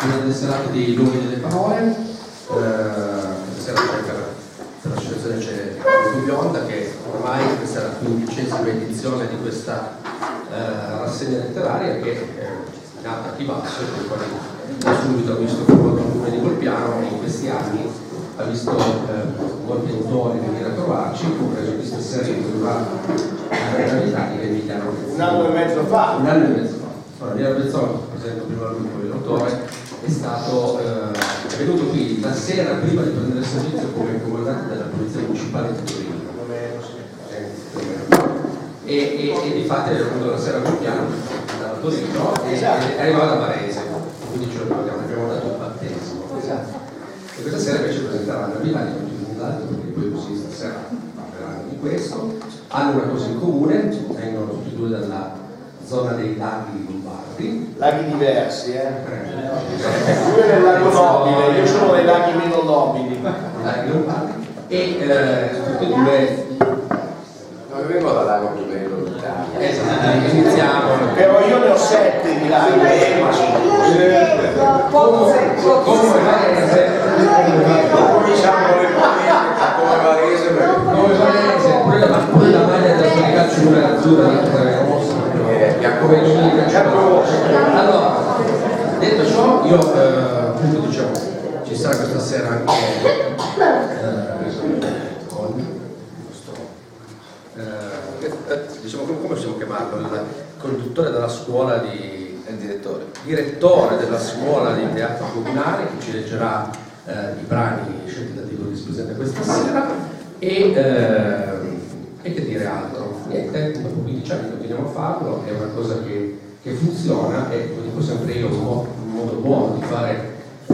una delle serate di Luoghi delle Parole. Questa sera c'è per l'associazione c'è Luigi Bionda, che ormai questa è la 15ª edizione di questa rassegna letteraria che è nata a Chivasso, e poi da subito ha visto che molto come di Volpiano, e in questi anni ha visto molti autori venire a trovarci, compreso questa serie che dura l'Italia che Emiliano. Un anno e mezzo fa. Emiliano Bezzoni, presento prima lui, poi l'autore, è venuto qui la sera prima di prendere il servizio come comandante della Polizia Municipale di Torino. E di fatto è venuto la sera a piano da Torino e arrivava da Varese, quindi ce abbiamo dato il battesimo. E questa sera invece presenteranno a Milano, non ci sono dato perché poi così stasera parleranno di questo. Hanno una cosa in comune, vengono tutti e due dalla zona dei laghi lombardi. Laghi diversi, Lui è nel lago nobile, io sono nei laghi meno nobili. Laghi lombardi. E tutti e due. Noi vengo dal lago più bello d'Italia. Esatto, iniziamo. Però io ne ho 7 di laghi. Come Varese. Cominciamo le come Varese, pure la maglia del calcio numero azzurra allora, detto ciò, io appunto diciamo ci sarà questa sera anche diciamo come possiamo chiamarlo, il conduttore della scuola il direttore della scuola di teatro comunale, che ci leggerà i brani scelti da Tito Rispresente questa sera e che dire altro? Niente, dopo 15 anni continuiamo a farlo, è una cosa che funziona e lo dico sempre io, un modo buono di fare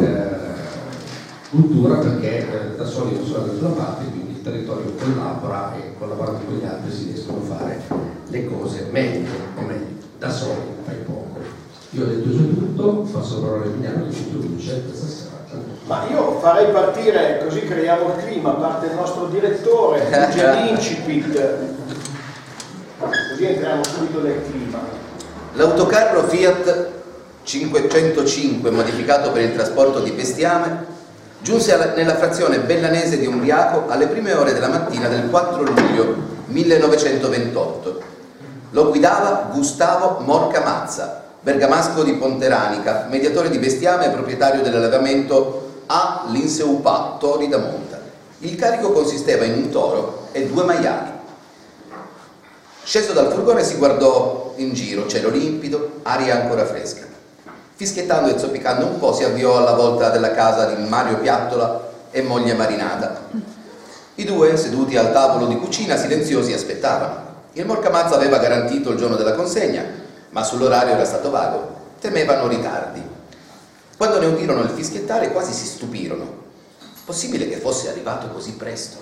cultura, perché da soli non sono da nessuna parte, quindi il territorio collabora e collaborando con gli altri si riescono a fare le cose meglio, o meglio, da soli fai poco. Io ho detto già tutto, passo la parola a Emiliano che ci introduce questa sera. Ma io farei partire, così creiamo il clima, parte il nostro direttore, legge l'incipit, così entriamo subito nel clima. L'autocarro Fiat 505 modificato per il trasporto di bestiame giunse nella frazione bellanese di Umbriaco alle prime ore della mattina del 4 luglio 1928. Lo guidava Gustavo Morcamazza, bergamasco di Ponteranica, mediatore di bestiame e proprietario dell'allevamento a Linseupa, Tori da Monta. Il carico consisteva in un toro e 2 maiali. Sceso dal furgone si guardò in giro, cielo limpido, aria ancora fresca. Fischiettando e zoppicando un po' si avviò alla volta della casa di Mario Piattola e moglie Marinata. I due, seduti al tavolo di cucina, silenziosi, aspettavano. Il Morcamazza aveva garantito il giorno della consegna, ma sull'orario era stato vago. Temevano ritardi. Quando ne udirono il fischiettare quasi si stupirono. Possibile che fosse arrivato così presto?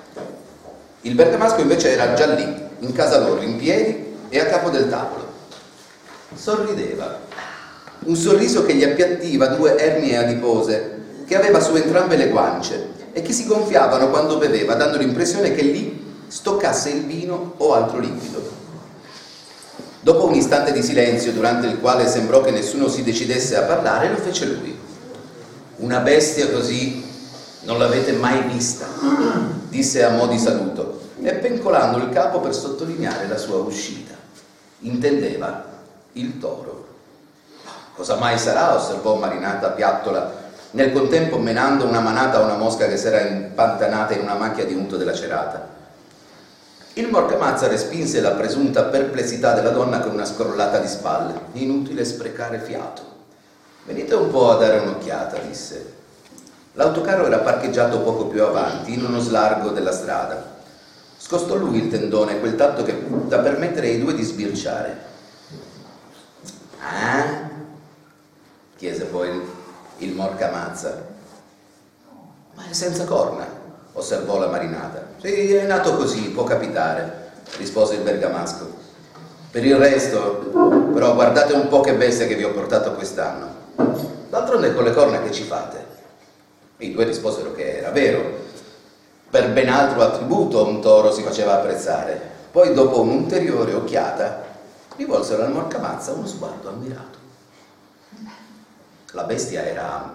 Il bergamasco invece era già lì, in casa loro, in piedi e a capo del tavolo. Sorrideva. Un sorriso che gli appiattiva 2 ernie adipose che aveva su entrambe le guance e che si gonfiavano quando beveva, dando l'impressione che lì stoccasse il vino o altro liquido. Dopo un istante di silenzio, durante il quale sembrò che nessuno si decidesse a parlare, lo fece lui. Una bestia così non l'avete mai vista, disse a mo' di saluto, e pencolando il capo per sottolineare la sua uscita. Intendeva il toro. Cosa mai sarà? Osservò Marinata Piattola, nel contempo menando una manata a una mosca che s'era impantanata in una macchia di unto della cerata. Il Morcamazza respinse la presunta perplessità della donna con una scrollata di spalle. Inutile sprecare fiato. Venite un po' a dare un'occhiata, disse. L'autocarro era parcheggiato poco più avanti, in uno slargo della strada. Scostò lui il tendone, quel tatto che da permettere ai due di sbirciare. Ah? Chiese poi il Morcamazza. Ma è senza corna, osservò la Marinata. Sì, è nato così, può capitare, rispose il bergamasco. Per il resto, però, guardate un po' che bestia che vi ho portato quest'anno. D'altronde con le corna che ci fate? I due risposero che era vero. Per ben altro attributo un toro si faceva apprezzare. Poi, dopo un'ulteriore occhiata, rivolsero al Morcamazza uno sguardo ammirato. La bestia era...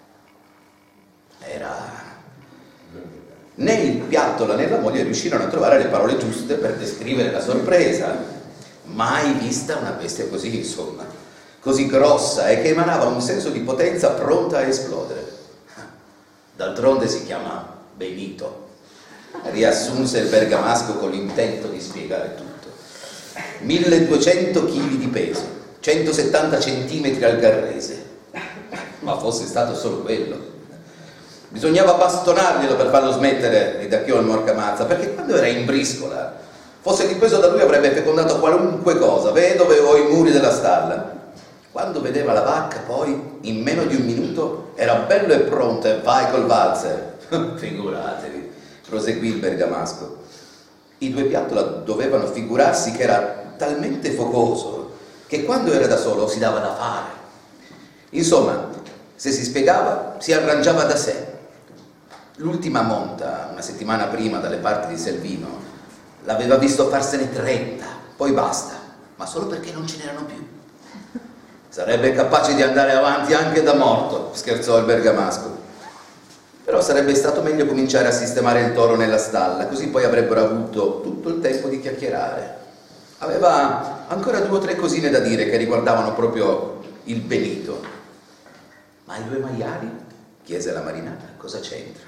Né il Piattola né la moglie riuscirono a trovare le parole giuste per descrivere la sorpresa. Mai vista una bestia così, insomma, così grossa e che emanava un senso di potenza pronta a esplodere. D'altronde si chiama Benito, riassunse il bergamasco con l'intento di spiegare tutto. 1200 kg di peso, 170 centimetri al garrese. Ma fosse stato solo quello. Bisognava bastonarglielo per farlo smettere, ridacchiò il Morcamazza, perché quando era in briscola, fosse dipeso da lui avrebbe fecondato qualunque cosa, vedove o i muri della stalla. Quando vedeva la vacca, poi, in meno di un minuto, era bello e pronto e vai col valzer. Figuratevi, proseguì il bergamasco. I due Piattola dovevano figurarsi che era talmente focoso che quando era da solo si dava da fare. Insomma, se si spiegava, si arrangiava da sé. L'ultima monta, una settimana prima, dalle parti di Selvino, l'aveva visto farsene 30, poi basta, ma solo perché non ce n'erano più. Sarebbe capace di andare avanti anche da morto, scherzò il bergamasco. Però sarebbe stato meglio cominciare a sistemare il toro nella stalla, così poi avrebbero avuto tutto il tempo di chiacchierare. Aveva ancora 2 o 3 cosine da dire che riguardavano proprio il Benito. Ma i due maiali? Chiese la marinata, cosa c'entrano?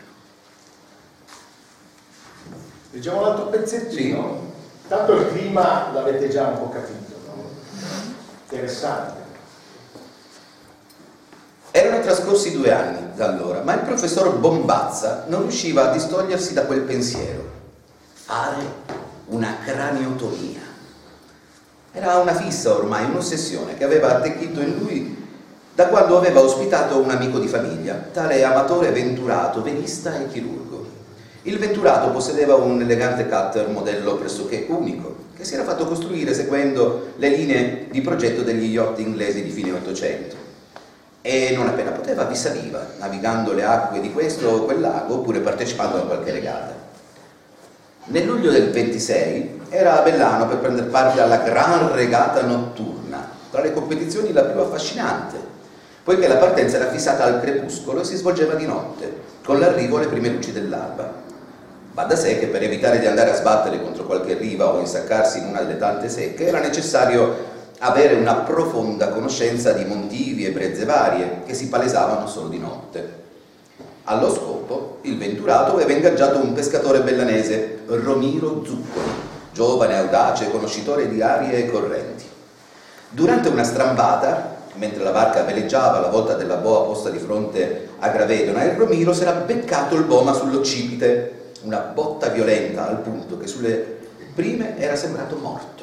Leggiamo un altro pezzettino. Tanto il clima l'avete già un po' capito, no? Interessante. Erano trascorsi 2 anni da allora, ma il professor Bombazza non riusciva a distogliersi da quel pensiero. Fare una craniotomia. Era una fissa ormai, un'ossessione che aveva attecchito in lui da quando aveva ospitato un amico di famiglia, tale Amatore Venturato, venista e chirurgo. Il Venturato possedeva un elegante cutter modello pressoché unico, che si era fatto costruire seguendo le linee di progetto degli yacht inglesi di fine Ottocento. E non appena poteva vi saliva, navigando le acque di questo o quel lago, oppure partecipando a qualche regata. Nel luglio del 26 era a Bellano per prendere parte alla Gran Regata Notturna, tra le competizioni la più affascinante, poiché la partenza era fissata al crepuscolo e si svolgeva di notte, con l'arrivo alle prime luci dell'alba. Va da sé che per evitare di andare a sbattere contro qualche riva o insaccarsi in una delle tante secche era necessario avere una profonda conoscenza di montivi e brezze varie che si palesavano solo di notte. Allo scopo, il Venturato aveva ingaggiato un pescatore bellanese, Romiro Zuccoli, giovane, audace, conoscitore di arie e correnti. Durante una strambata, mentre la barca veleggiava alla volta della boa posta di fronte a Gravedona, il Romiro si era beccato il boma sull'occipite, una botta violenta al punto che sulle prime era sembrato morto.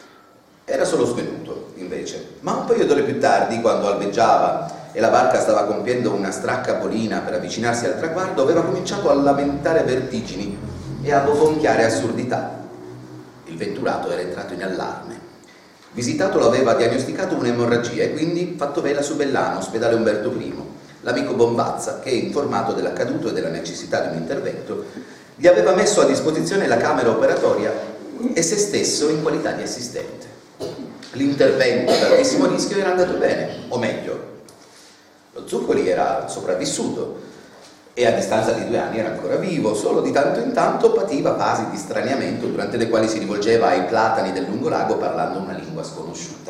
Era solo svenuto, invece, ma un paio d'ore più tardi, quando albeggiava e la barca stava compiendo una straccapolina per avvicinarsi al traguardo, aveva cominciato a lamentare vertigini e a bofonchiare assurdità. Il Venturato era entrato in allarme. Visitato lo aveva diagnosticato un'emorragia e quindi fatto vela su Bellano, ospedale Umberto I. L'amico Bombazza, che, informato dell'accaduto e della necessità di un intervento, gli aveva messo a disposizione la camera operatoria e se stesso in qualità di assistente. L'intervento ad altissimo rischio era andato bene, o meglio, lo Zuccoli era sopravvissuto e a distanza di 2 anni era ancora vivo, solo di tanto in tanto pativa fasi di straniamento durante le quali si rivolgeva ai platani del lungolago parlando una lingua sconosciuta.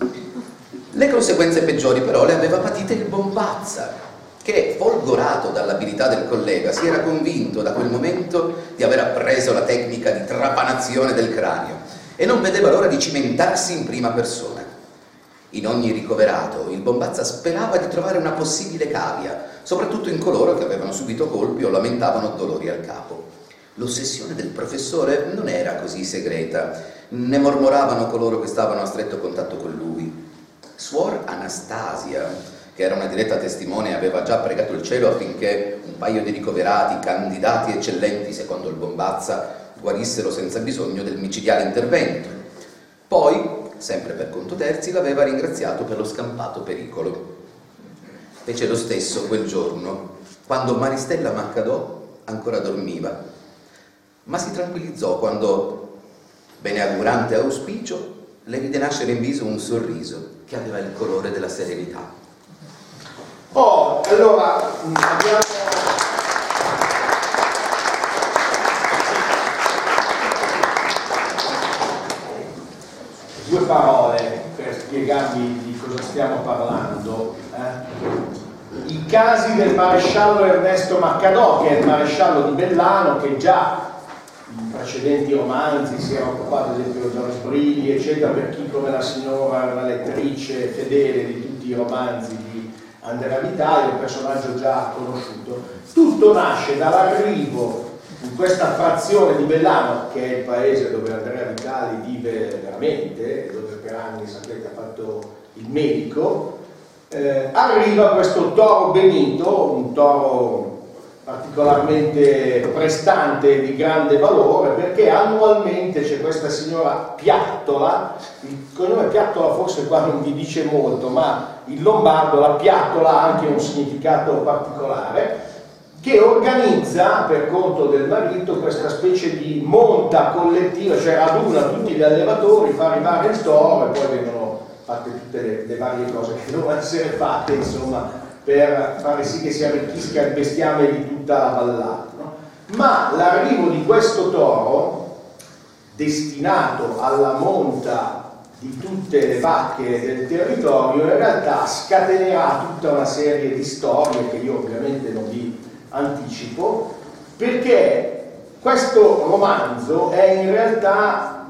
Le conseguenze peggiori però le aveva patite il Bombazza, che, folgorato dall'abilità del collega, si era convinto da quel momento di aver appreso la tecnica di trapanazione del cranio e non vedeva l'ora di cimentarsi in prima persona. In ogni ricoverato il Bombazza sperava di trovare una possibile cavia, soprattutto in coloro che avevano subito colpi o lamentavano dolori al capo. L'ossessione del professore non era così segreta, ne mormoravano coloro che stavano a stretto contatto con lui. Suor Anastasia, che era una diretta testimone, aveva già pregato il cielo affinché un paio di ricoverati, candidati eccellenti secondo il Bombazza, guarissero senza bisogno del micidiale intervento. Poi, sempre per conto terzi, l'aveva ringraziato per lo scampato pericolo. Fece lo stesso quel giorno, quando Maristella Maccadò ancora dormiva, ma si tranquillizzò quando, beneaugurante auspicio, le vide nascere in viso un sorriso che aveva il colore della serenità. Allora, abbiamo... Due parole per spiegarvi di cosa stiamo parlando. I casi del maresciallo Ernesto Maccadò, che è il maresciallo di Bellano, che già in precedenti romanzi si era occupato, ad esempio, di Giorgio Brilli, eccetera, per chi come la signora è una lettrice fedele di tutti i romanzi di Andrea Vitali, un personaggio già conosciuto. Tutto nasce dall'arrivo in questa frazione di Bellano, che è il paese dove Andrea Vitali vive veramente, dove per anni, sapete, ha fatto il medico. Arriva questo toro Benito, un toro particolarmente prestante, di grande valore, perché annualmente c'è questa signora Piattola. Il cognome Piattola forse qua non vi dice molto, ma in lombardo la piattola ha anche un significato particolare, che organizza per conto del marito questa specie di monta collettiva, cioè raduna tutti gli allevatori, fa arrivare il toro e poi vengono fatte tutte le varie cose che devono essere fatte, insomma, per fare sì che si arricchisca il bestiame di tutta la vallata, no? Ma l'arrivo di questo toro, destinato alla monta di tutte le vacche del territorio, in realtà scatenerà tutta una serie di storie che io ovviamente non vi anticipo, perché questo romanzo è in realtà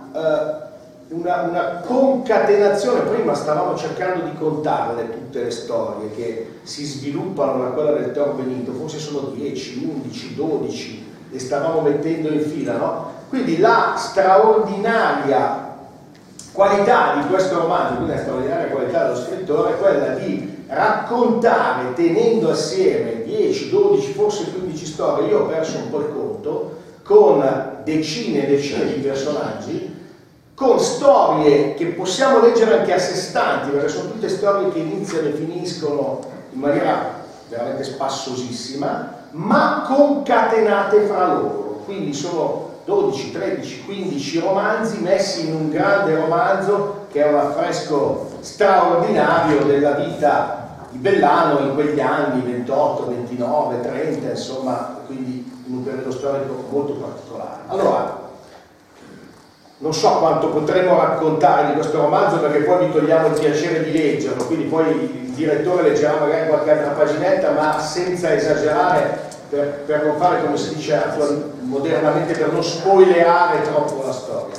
una concatenazione. Prima stavamo cercando di contarle tutte le storie che si sviluppano da quella del toro Benito, forse sono 10, 11, 12, le stavamo mettendo in fila, no? Quindi la straordinaria qualità di questo romanzo, quindi la straordinaria qualità dello scrittore, è quella di raccontare, tenendo assieme 10, 12, forse 15 storie, io ho perso un po' il conto, con decine e decine di personaggi, con storie che possiamo leggere anche a sé stanti, perché sono tutte storie che iniziano e finiscono in maniera veramente spassosissima, ma concatenate fra loro. Quindi sono 12, 13, 15 romanzi messi in un grande romanzo che è un affresco straordinario della vita di Bellano in quegli anni 28, 29, 30, insomma, quindi in un periodo storico molto particolare. Allora, non so quanto potremo raccontare di questo romanzo, perché poi vi togliamo il piacere di leggerlo, quindi poi il direttore leggerà magari qualche altra paginetta, ma senza esagerare, per non fare, come si dice modernamente, per non spoilerare troppo la storia.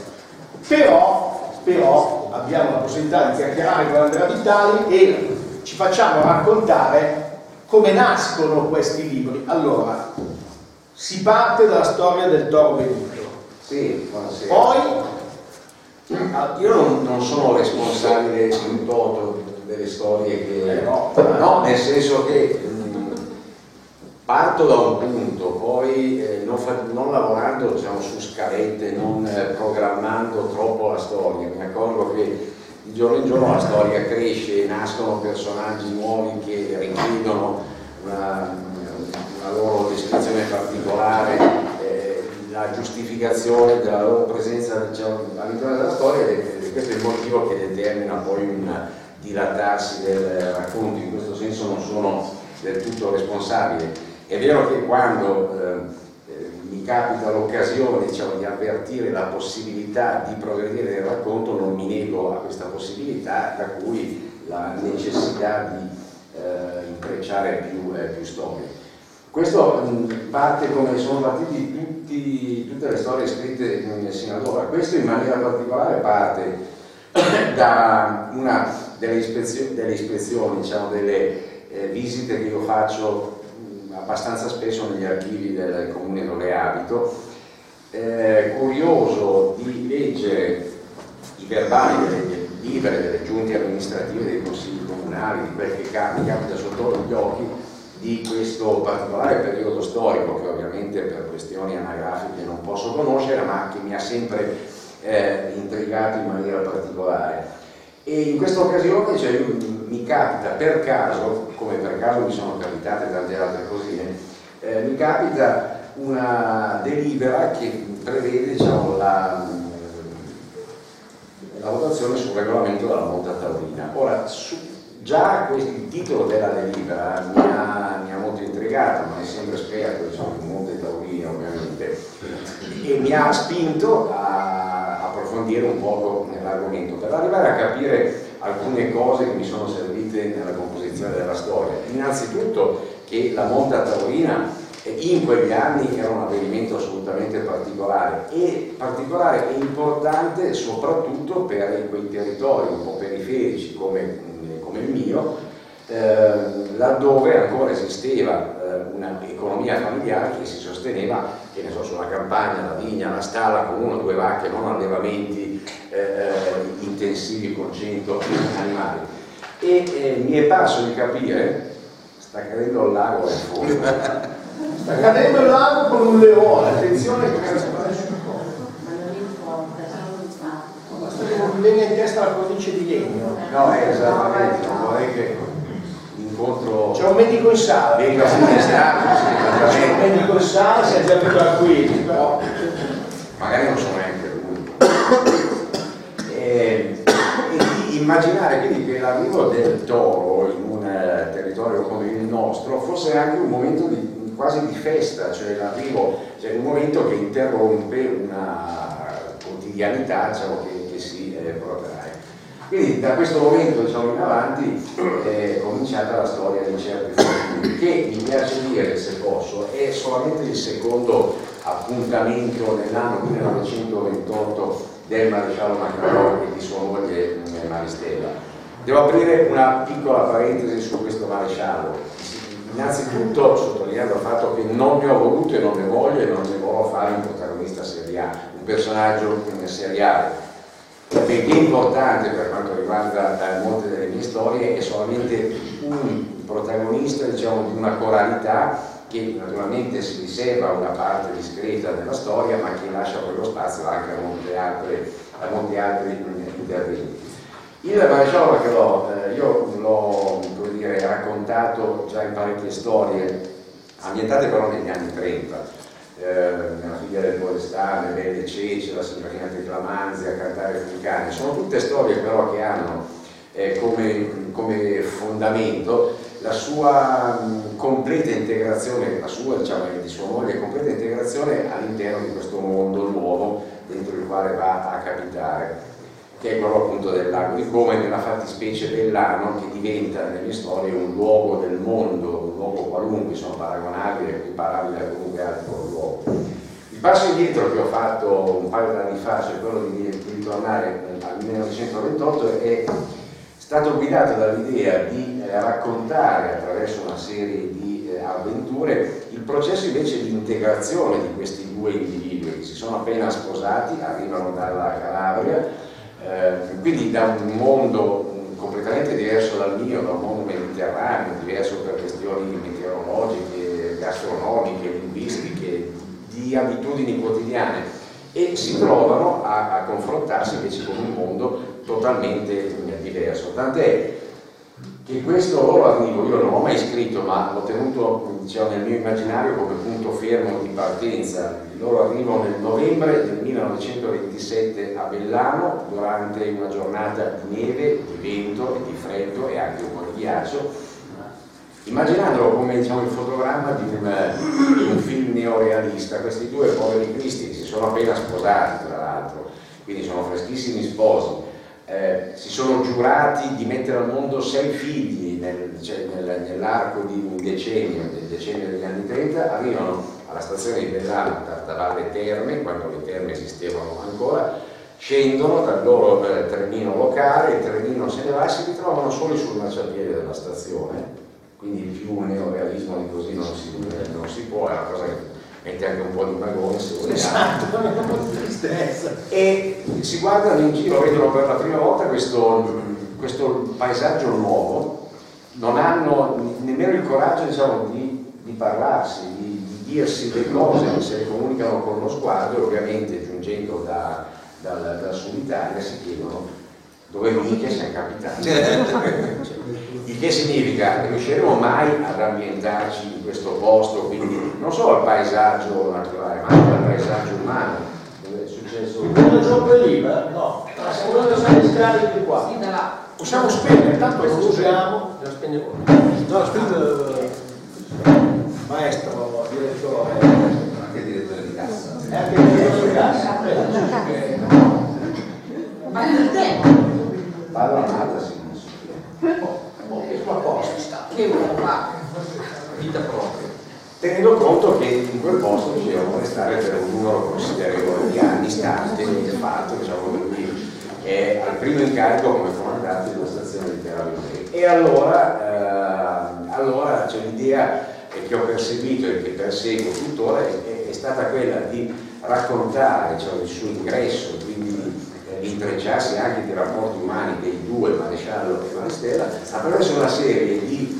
Però abbiamo la possibilità di chiacchierare con Andrea Vitali e ci facciamo raccontare come nascono questi libri. Allora, si parte dalla storia del toro Benito. Sì, buonasera. Poi io non sono responsabile in toto delle storie che... no, nel senso che parto da un punto, poi non lavorando, diciamo, su scalette, non programmando troppo la storia, mi accorgo che di giorno in giorno la storia cresce, nascono personaggi nuovi che richiedono una loro descrizione particolare, la giustificazione della loro presenza, diciamo, all'interno della storia, e questo è il motivo che determina poi un dilatarsi del racconto. In questo senso non sono del tutto responsabile. È vero che quando mi capita l'occasione, diciamo, di avvertire la possibilità di progredire nel racconto, non mi nego a questa possibilità, da cui la necessità di intrecciare più storie. Questo parte, come sono partiti tutte le storie scritte sino ad ora. Questo in maniera particolare parte da una delle ispezioni, diciamo, delle visite che io faccio abbastanza spesso negli archivi del comune dove abito, curioso di leggere i verbali delle delibere delle giunte amministrative, dei consigli comunali, di quel che mi capita sotto gli occhi di questo particolare periodo storico, che ovviamente per questioni anagrafiche non posso conoscere, ma che mi ha sempre intrigato in maniera particolare. E in questa occasione, cioè, mi capita per caso, come per caso mi sono capitate tante altre cosine, mi capita una delibera che prevede, diciamo, la votazione sul regolamento della monta taurina. Ora, già il titolo della delibera spiegato, ma è sempre esperto, diciamo, in Monte Taurino ovviamente, e mi ha spinto a approfondire un poco nell'argomento per arrivare a capire alcune cose che mi sono servite nella composizione della storia. Innanzitutto che la Monta Taurina in quegli anni era un avvenimento assolutamente particolare e importante soprattutto per quei territori un po' periferici come il mio, laddove ancora esisteva un'economia familiare che si sosteneva, che ne so, sulla campagna, la vigna, la stalla con 1 o 2 vacche, non allevamenti intensivi con 100 animali. E mi è parso di capire, sta cadendo il lago in fondo. Sta cadendo il lago con un leone, attenzione che mi viene in testa la cornice di legno. No, esattamente, non vorrei che l'incontro... C'è un medico in sala. Venga finestrato, C'è un medico in sala, si è già più tranquilli, però... Magari non sono neanche lui. E di immaginare quindi che l'arrivo del toro in un territorio come il nostro fosse anche un momento quasi di festa, cioè l'arrivo, cioè un momento che interrompe una quotidianità, diciamo, che si protrae. Quindi da questo momento, diciamo, in avanti è cominciata la storia di certi fortuni, che mi piace dire, se posso, è solamente il secondo appuntamento nell'anno 1928 del maresciallo Maccarone e di sua moglie Maristella. Devo aprire una piccola parentesi su questo maresciallo. Innanzitutto sottolineando il fatto che non ne ho voluto e non ne voglio e non ne vorrò fare un protagonista seriale, un personaggio seriale. Perché è importante per quanto riguarda molte delle mie storie, è solamente un protagonista, diciamo, di una coralità che naturalmente si riserva una parte discreta della storia, ma che lascia poi lo spazio anche a molti altri interventi. Il maresciallo Maccarone io l'ho raccontato già in parecchie storie, ambientate però negli anni 30. Nella figlia del Podestà, Le belle cece, La signorina Teclamanzia, Cantare Fulcani, sono tutte storie però che hanno come fondamento la sua completa integrazione, la sua, diciamo, e di sua moglie, completa integrazione all'interno di questo mondo nuovo dentro il quale va a capitare, che è quello appunto del lago di Como e nella fattispecie Bellano, che diventa nelle mie storie un luogo del mondo, un luogo qualunque, sono paragonabili e equiparabili a qualunque altro luogo. Il passo indietro che ho fatto un paio d'anni fa, cioè quello di ritornare al 1928, è stato guidato dall'idea di raccontare attraverso una serie di avventure il processo invece di integrazione di questi due individui che si sono appena sposati, arrivano dalla Calabria, quindi da un mondo completamente diverso dal mio, da un mondo mediterraneo, diverso per questioni meteorologiche, gastronomiche, linguistiche, di abitudini quotidiane, e si trovano a confrontarsi invece con un mondo totalmente diverso. Tant'è che questo loro arrivo io non l'ho mai scritto, ma l'ho tenuto, diciamo, nel mio immaginario come punto fermo di partenza. Il loro arrivo nel novembre del 1927 a Bellano durante una giornata di neve, di vento e di freddo e anche un po' di ghiaccio, immaginandolo come, diciamo, il fotogramma di un film neorealista. Questi due poveri cristi che si sono appena sposati, tra l'altro, quindi sono freschissimi sposi, si sono giurati di mettere al mondo 6 figli nell'arco di un decennio, del decennio degli anni 30, arrivano alla stazione di Bellano, Tartavalle Terme, quando le terme esistevano ancora, scendono dal loro trenino locale, il trenino se ne va e si ritrovano soli sul marciapiede della stazione, quindi più un neorealismo di così non si può, è una cosa che mette anche un po' di magone se vogliamo. Esatto, non tristezza. E si guardano in giro, vedono per la prima volta questo paesaggio nuovo, non hanno nemmeno il coraggio, diciamo, di parlarsi, di dirsi le cose, se le comunicano con lo sguardo, e ovviamente giungendo dal Sud Italia si chiedono dove minchia siamo capitati. Il che significa che riusciremo mai ad ambientarci in questo posto, quindi non solo al paesaggio naturale, ma anche al paesaggio umano, dove è successo. Non gioco lì, no, siamo stati scarichi di qua. Sì, da là. Possiamo spegnere, tanto non lo usiamo. La spegne No, spegnere. vita propria. Tenendo conto che in quel posto dicevano restare per un numero considerevole di anni, stante il fatto, diciamo, che lui è al primo incarico come comandante della stazione di Carabinieri. E allora c'è l'idea che ho perseguito e che perseguo tuttora è stata quella di raccontare, cioè, il suo ingresso, quindi di intrecciarsi anche dei rapporti umani dei due, maresciallo e Maristella, attraverso una serie di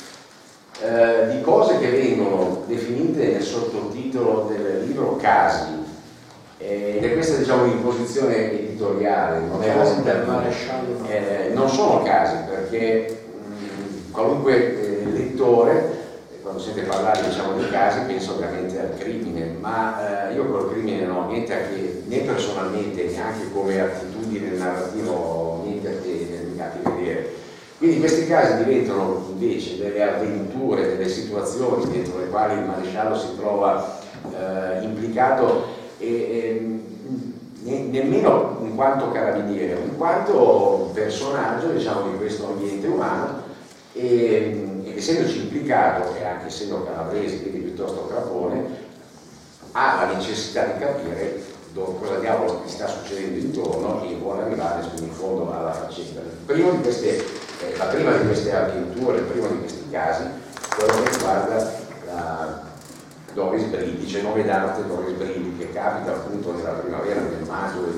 cose che vengono definite nel sottotitolo del libro casi, ed è questa, diciamo, l'imposizione editoriale, non è casi del maresciallo, non sono casi, perché qualunque lettore quando sente parlare, diciamo, di casi pensa ovviamente al crimine, ma io col crimine non ho niente a che, né personalmente neanche come attitudine narrativa, ho niente a che vedere. Quindi questi casi diventano invece delle avventure, delle situazioni dentro le quali il maresciallo si trova implicato, e nemmeno in quanto carabiniere, in quanto personaggio, diciamo, di questo ambiente umano, e essendoci implicato, e anche essendo calabrese, quindi piuttosto crapone, ha la necessità di capire cosa diavolo gli sta succedendo intorno e vuole arrivare in fondo alla faccenda. La prima di queste avventure, il primo di questi casi, quello che riguarda la Doris Brilli, dice nome d'arte Doris Brilli, che capita appunto nella primavera del maggio del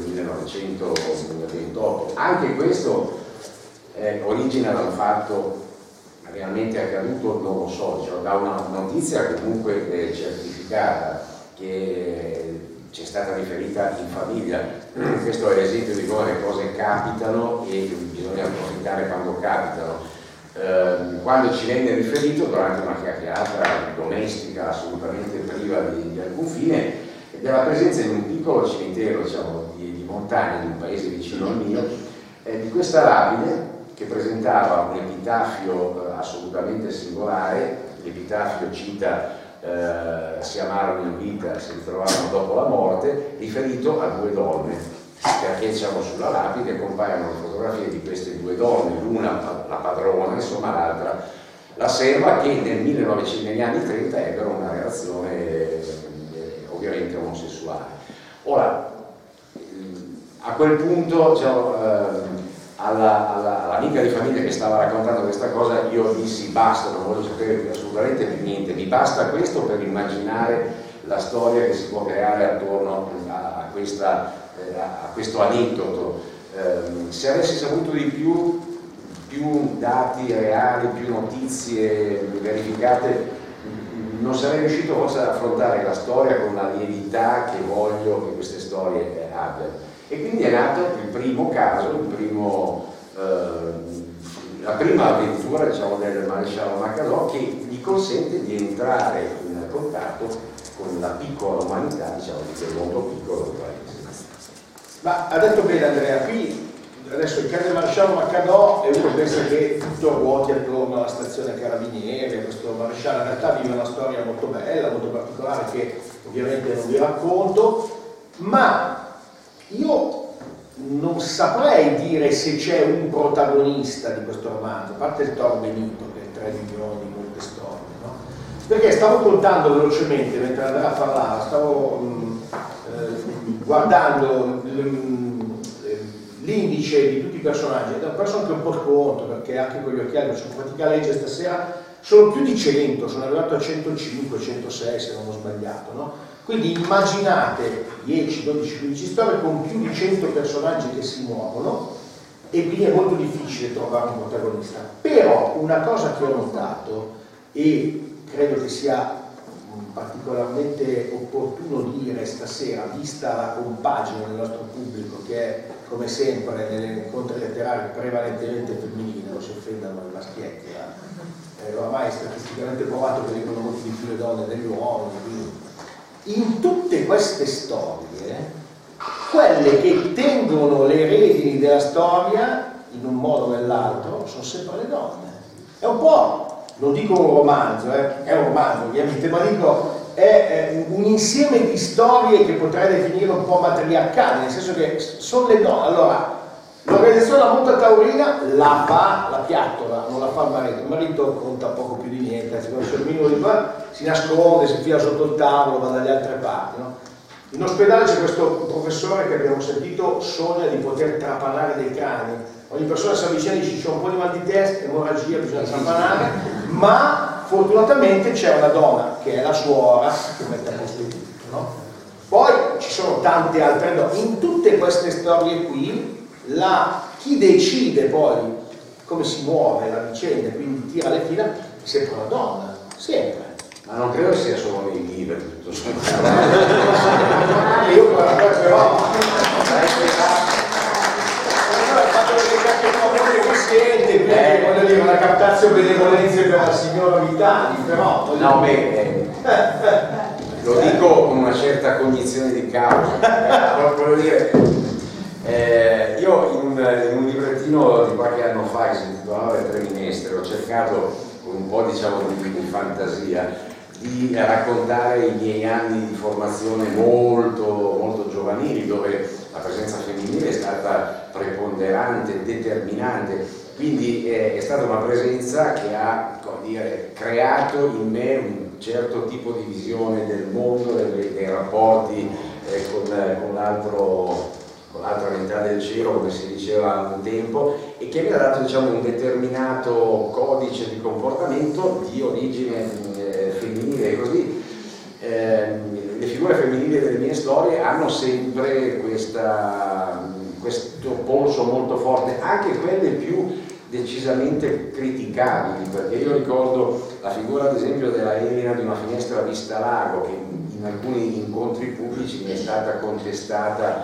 1928. Anche questo origina da un fatto realmente accaduto, non lo so, cioè da una notizia comunque certificata che ci è stata riferita in famiglia. Questo è l'esempio di come le cose capitano e bisogna approfittare quando capitano. Quando ci venne riferito durante una chiacchierata domestica assolutamente priva di alcun fine della presenza in un piccolo cimitero, diciamo, di montagna di un paese vicino al mio, di questa lapide che presentava un epitafio assolutamente singolare. L'epitafio cita si amarono in vita, si ritrovarono dopo la morte, riferito a due donne, perché, diciamo, sulla lapide compaiono le fotografie di queste due donne, l'una la padrona, insomma, l'altra la serva, che negli anni 30 ebbero una relazione ovviamente omosessuale. Ora, a quel punto, diciamo, all'amica di famiglia che stava raccontando questa cosa, io dissi basta, non voglio sapere più assolutamente più niente, mi basta questo per immaginare la storia che si può creare attorno a questo aneddoto. Se avessi saputo di più dati reali, più notizie verificate, non sarei riuscito forse ad affrontare la storia con la lievità che voglio che queste storie abbiano. E quindi è nato il primo caso, la prima avventura, diciamo, del maresciallo Maccadò, che gli consente di entrare in contatto con la piccola umanità, diciamo, di quel mondo piccolo del paese. Ma ha detto bene Andrea, qui adesso il caso del maresciallo Maccadò è uno pensa che tutto ruoti attorno alla stazione Carabinieri. Questo maresciallo in realtà vive una storia molto bella, molto particolare, che ovviamente non vi racconto, ma io non saprei dire se c'è un protagonista di questo romanzo, a parte il Tor Benito, che è 3 milioni di molte storie, no? Perché stavo contando velocemente mentre Andrea parlava, stavo guardando l'indice di tutti i personaggi, ed ho perso anche un po' il conto, perché anche con gli occhiali non sono fatica a leggere stasera, sono più di 100, sono arrivato a 105, 106 se non ho sbagliato, no? Quindi immaginate 10, 12, 15 storie con più di 100 personaggi che si muovono, e quindi è molto difficile trovare un protagonista. Però una cosa che ho notato, e credo che sia particolarmente opportuno dire stasera, vista la compagine del nostro pubblico, che è come sempre negli incontri letterari prevalentemente femminile, non si offendano i maschietti, ormai è statisticamente provato che dicono molto di più le donne degli uomini, quindi in tutte queste storie, quelle che tengono le redini della storia in un modo o nell'altro sono sempre le donne. È un po', non dico un romanzo, è un romanzo ovviamente, ma dico è un insieme di storie che potrei definire un po' matriarcali, nel senso che sono le donne. Allora, L'organizzazione della monta taurina la fa la piattola, non la fa il marito conta poco più di niente, si conosce il minimo di qua, si nasconde, si fila sotto il tavolo, va dalle altre parti, no? In ospedale c'è questo professore che abbiamo sentito sogna di poter trapanare dei crani. Ogni persona si avvicina e dice c'è un po' di mal di testa, emorragia, bisogna trapanare, ma fortunatamente c'è una donna che è la suora che mette a posto tutto, no? Poi ci sono tante altre donne. In tutte queste storie qui chi decide poi come si muove la vicenda, quindi tira le fila, è sempre una donna, sempre. Ma non credo sia solo nei libri, tutto sommato. Io però voglio dire una captazio benevolenze per la signora Vitali, però no, lo dico con una certa cognizione di causa. Voglio dire, io in un librettino di qualche anno fa che si intitolava Le Tre Minestre ho cercato con un po' diciamo di fantasia di raccontare i miei anni di formazione molto, molto giovanili, dove la presenza femminile è stata preponderante, determinante, quindi è stata una presenza che ha, come dire, creato in me un certo tipo di visione del mondo, dei rapporti con l'altra metà del cielo, come si diceva un tempo, e che mi ha dato diciamo, un determinato codice di comportamento di origine femminile, e così le figure femminili delle mie storie hanno sempre questo polso molto forte, anche quelle più decisamente criticabili, perché io ricordo la figura ad esempio della Elena di Una finestra vista lago, che in alcuni incontri pubblici mi è stata contestata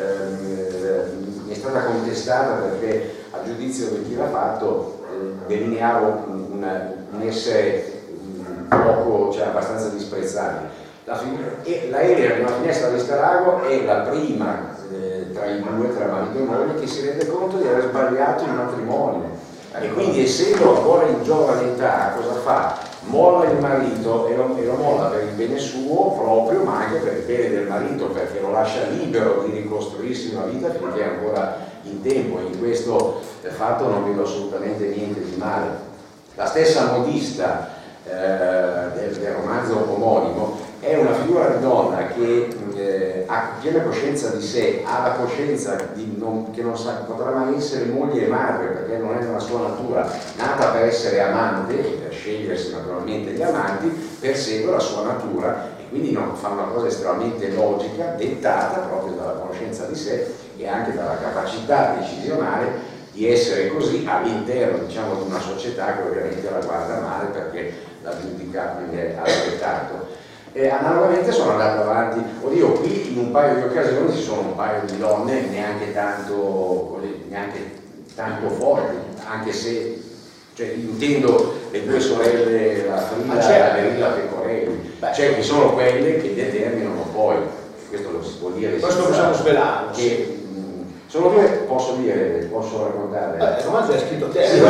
perché a giudizio di chi l'ha fatto delineavo un essere poco, cioè abbastanza disprezzabile. La Elena di Una finestra vista lago è la prima tra i due, tra marito e moglie, che si rende conto di aver sbagliato il matrimonio, e quindi essendo ancora in giovane età cosa fa? Molla il marito e lo molla per il bene suo proprio, ma anche per il bene del marito, perché lo lascia libero di ricostruirsi una vita finché è ancora in tempo, e in questo fatto non vedo assolutamente niente di male. La stessa modista del romanzo omonimo è una figura di donna che ha piena coscienza di sé, ha la coscienza che non potrà mai essere moglie e madre, perché non è nella sua natura, nata per essere amante e per scegliersi naturalmente gli amanti, persegue la sua natura e quindi fa una cosa estremamente logica, dettata proprio dalla conoscenza di sé e anche dalla capacità decisionale di essere così all'interno diciamo, di una società che ovviamente la guarda male perché la giudica altrettanto. Analogamente sono andato avanti, oddio, qui in un paio di occasioni ci sono un paio di donne neanche tanto forti, anche se cioè, intendo le due sorelle, la Frida e la Verilla Pecorelli, cioè che sono quelle che determinano poi, questo lo si può dire, questo possiamo svelarlo. Sono due, posso raccontare? Il romanzo è scritto te. Sì, no,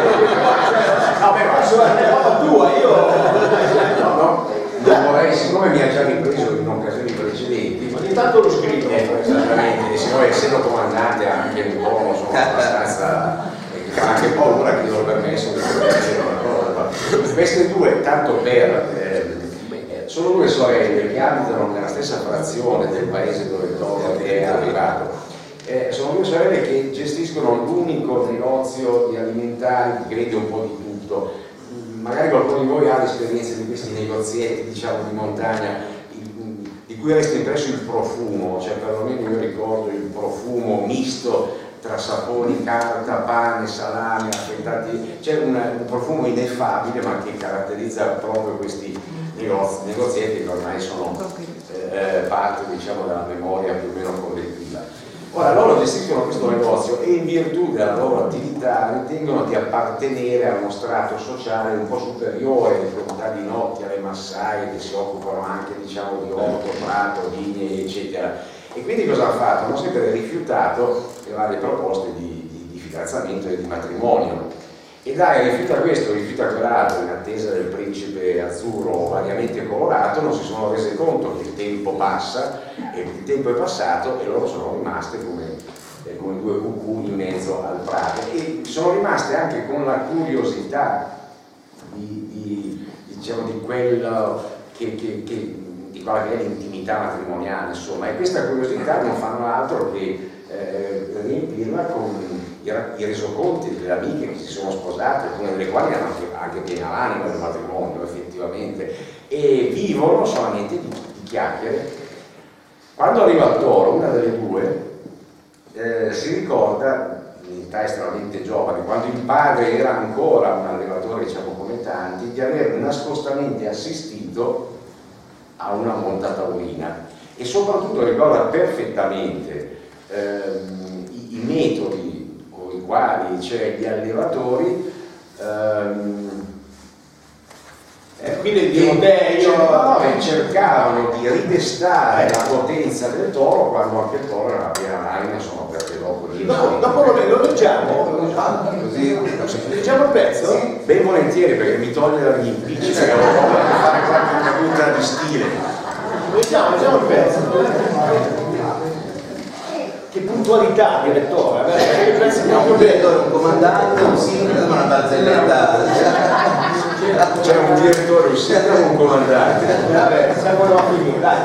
è tua, io. No, non vorrei, siccome mi ha già ripreso in occasioni precedenti. Ogni tanto lo scrivo. Esattamente, siccome essendo comandante anche un tono sono abbastanza. Che fa anche paura che io ho permesso di dire una cosa. Queste due, tanto sono due sorelle che abitano nella stessa frazione del paese dove Toro è arrivato. Sono due sorelle che gestiscono l'unico negozio di alimentari che vende un po' di tutto. Magari qualcuno di voi ha l'esperienza di questi negozietti, diciamo, di montagna, di cui resta impresso il profumo, cioè perlomeno io ricordo il profumo misto tra saponi, carta, pane, salame, affettati, c'è un profumo ineffabile ma che caratterizza proprio questi negozietti che ormai sono parte, diciamo, della memoria più o meno collettiva. Ora loro gestiscono questo negozio e in virtù della loro attività ritengono di appartenere a uno strato sociale un po' superiore, le proprietà di notti alle massaie che si occupano anche diciamo di orto, prato, vigne eccetera. E quindi cosa hanno fatto? Hanno sempre rifiutato le varie proposte di fidanzamento e di matrimonio. E dai, rifiuta questo, rifiuta quell'altro, in attesa del principe azzurro variamente colorato, non si sono rese conto che il tempo passa, e il tempo è passato e loro sono rimaste come come due cucù in mezzo al prato, e sono rimaste anche con la curiosità diciamo, di quello di quella che è l'intimità matrimoniale, insomma, e questa curiosità non fanno altro che riempirla con i resoconti delle amiche che si sono sposate, alcune delle quali hanno anche piena l'anima del matrimonio effettivamente, e vivono solamente di chiacchiere. Quando arriva il toro, una delle due si ricorda, in età estremamente giovane, quando il padre era ancora un allevatore, diciamo, come tanti, di aver nascostamente assistito a una monta taurina, e soprattutto ricorda perfettamente i metodi con i quali, cioè, gli allevatori quindi cercavano di ridestare la potenza del toro quando anche il toro era piena l'anima, insomma, perché dopo lo leggiamo? Così. Leggiamo il pezzo? Sì, ben volentieri, perché mi toglie dagli impicci, perché ho paura di fare qualche caduta di stile. Leggiamo il pezzo. Che puntualità, direttore, che pezzo Un direttore, un comandante, un sindaco, una barzelletta. C'è un direttore, un sindaco e un comandante. Vabbè, siamo a finire, dai.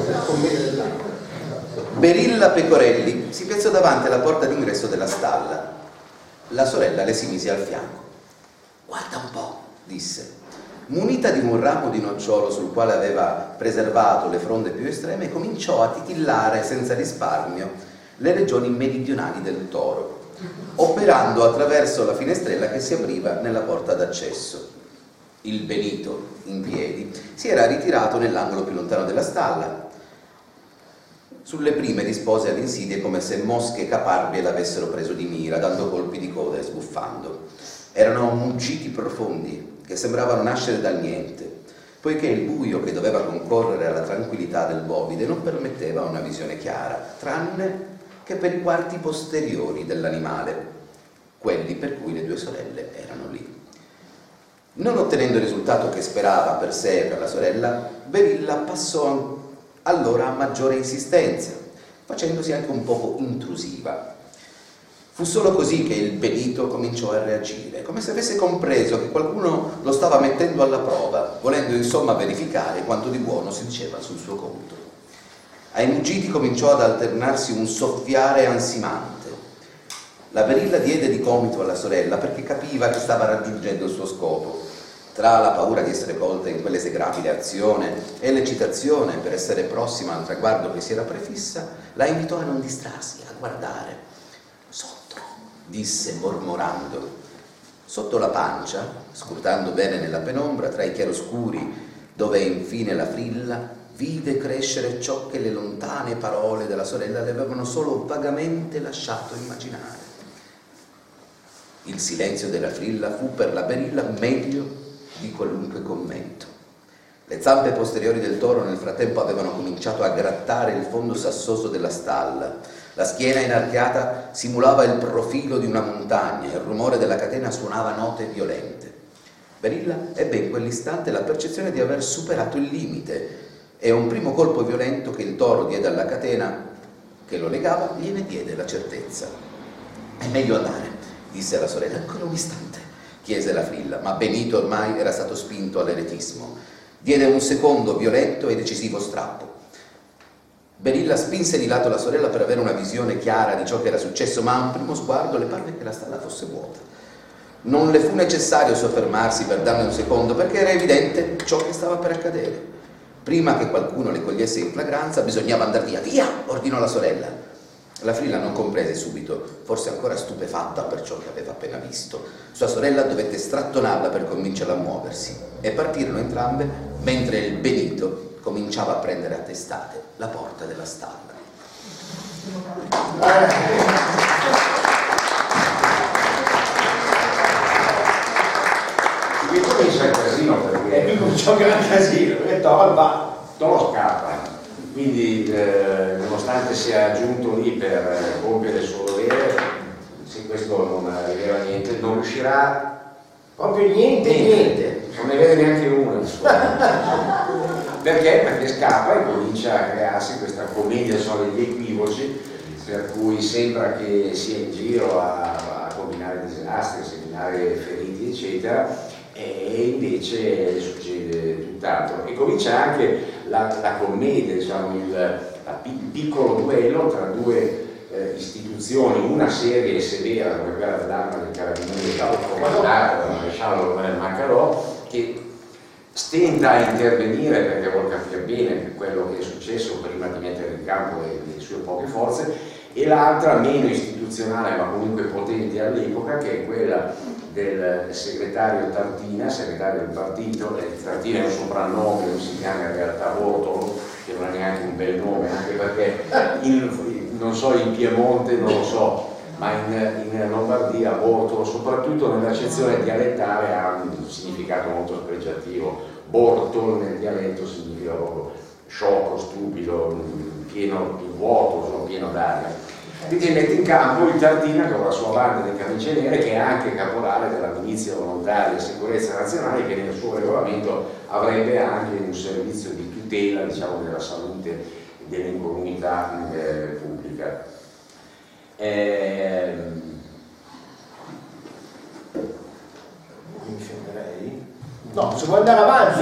Berilla Pecorelli si piazzò davanti alla porta d'ingresso della stalla. La sorella le si mise al fianco. «Guarda un po'», disse. Munita di un ramo di nocciolo sul quale aveva preservato le fronde più estreme, cominciò a titillare senza risparmio le regioni meridionali del toro, operando attraverso la finestrella che si apriva nella porta d'accesso. Il Benito, in piedi, si era ritirato nell'angolo più lontano della stalla. Sulle prime rispose alle insidie come se mosche caparbie l'avessero preso di mira, dando colpi di coda e sbuffando. Erano muggiti profondi che sembravano nascere dal niente, poiché il buio che doveva concorrere alla tranquillità del bovide non permetteva una visione chiara, tranne che per i quarti posteriori dell'animale, quelli per cui le due sorelle erano lì. Non ottenendo il risultato che sperava per sé e per la sorella, Berilla passò allora a maggiore insistenza, facendosi anche un poco intrusiva. Fu solo così che il Benito cominciò a reagire, come se avesse compreso che qualcuno lo stava mettendo alla prova, volendo insomma verificare quanto di buono si diceva sul suo conto. Ai muggiti cominciò ad alternarsi un soffiare ansimante. La Berilla diede di gomito alla sorella perché capiva che stava raggiungendo il suo scopo. Tra la paura di essere colta in quell'esecrabile azione e l'eccitazione per essere prossima al traguardo che si era prefissa, la invitò a non distrarsi, a guardare. «Sotto», disse mormorando. Sotto la pancia, scrutando bene nella penombra, tra i chiaroscuri dove infine la frilla, vide crescere ciò che le lontane parole della sorella le avevano solo vagamente lasciato immaginare. Il silenzio della frilla fu per la Berilla meglio di qualunque commento. Le zampe posteriori del toro nel frattempo avevano cominciato a grattare il fondo sassoso della stalla. La schiena inarcata simulava il profilo di una montagna, il rumore della catena suonava note violente. Berilla ebbe in quell'istante la percezione di aver superato il limite, e un primo colpo violento che il toro diede alla catena che lo legava gliene diede la certezza. «È meglio andare», disse alla sorella. «Ancora un istante», chiese la frilla, ma Benito ormai era stato spinto all'eretismo. Diede un secondo violento e decisivo strappo. Berilla spinse di lato la sorella per avere una visione chiara di ciò che era successo, ma a un primo sguardo le parve che la stalla fosse vuota. Non le fu necessario soffermarsi per darne un secondo, perché era evidente ciò che stava per accadere. Prima che qualcuno le cogliesse in flagranza bisognava andar via. «Via!» ordinò la sorella. La frilla non comprese subito, forse ancora stupefatta per ciò che aveva appena visto. Sua sorella dovette strattonarla per convincerla a muoversi, e partirono entrambe mentre il Benito cominciava a prendere a testate la porta della stalla. Qui comincia il casino, perché qui comincia un gran casino, perché Toro scappa. Quindi nonostante sia giunto lì per compiere il suo dovere, se questo non arriverà niente, non riuscirà proprio niente. Non ne vede neanche uno. Perché? Perché scappa e comincia a crearsi questa commedia degli equivoci per cui sembra che sia in giro a combinare disastri, a seminare feriti eccetera, e invece succede tutt'altro. E comincia anche la commedia, diciamo, il piccolo duello tra due istituzioni, una serie severa come quella dell'Arma dei Carabinieri comandata dal maresciallo Macarò, che stenta a intervenire perché vuol capire bene quello che è successo prima di mettere in campo le sue poche forze, e l'altra meno istituzionale ma comunque potente all'epoca, che è quella del segretario Tartina, segretario del partito. Tartina è un soprannome, non si chiama in realtà Bortolo, che non è neanche un bel nome, anche perché non so in Piemonte, non lo so, ma in Lombardia Bortolo, soprattutto nell'accezione dialettale, ha un significato molto spregiativo. Bortolo nel dialetto significa proprio sciocco, stupido, pieno di vuoto, pieno d'aria. Quindi mette in campo il Tartina con la sua banda di camicie nere, che è anche caporale della milizia volontaria sicurezza nazionale, che nel suo regolamento avrebbe anche un servizio di tutela, diciamo, della salute e dell'incolumità pubblica. Mi fermerei? No, se vuoi andare avanti.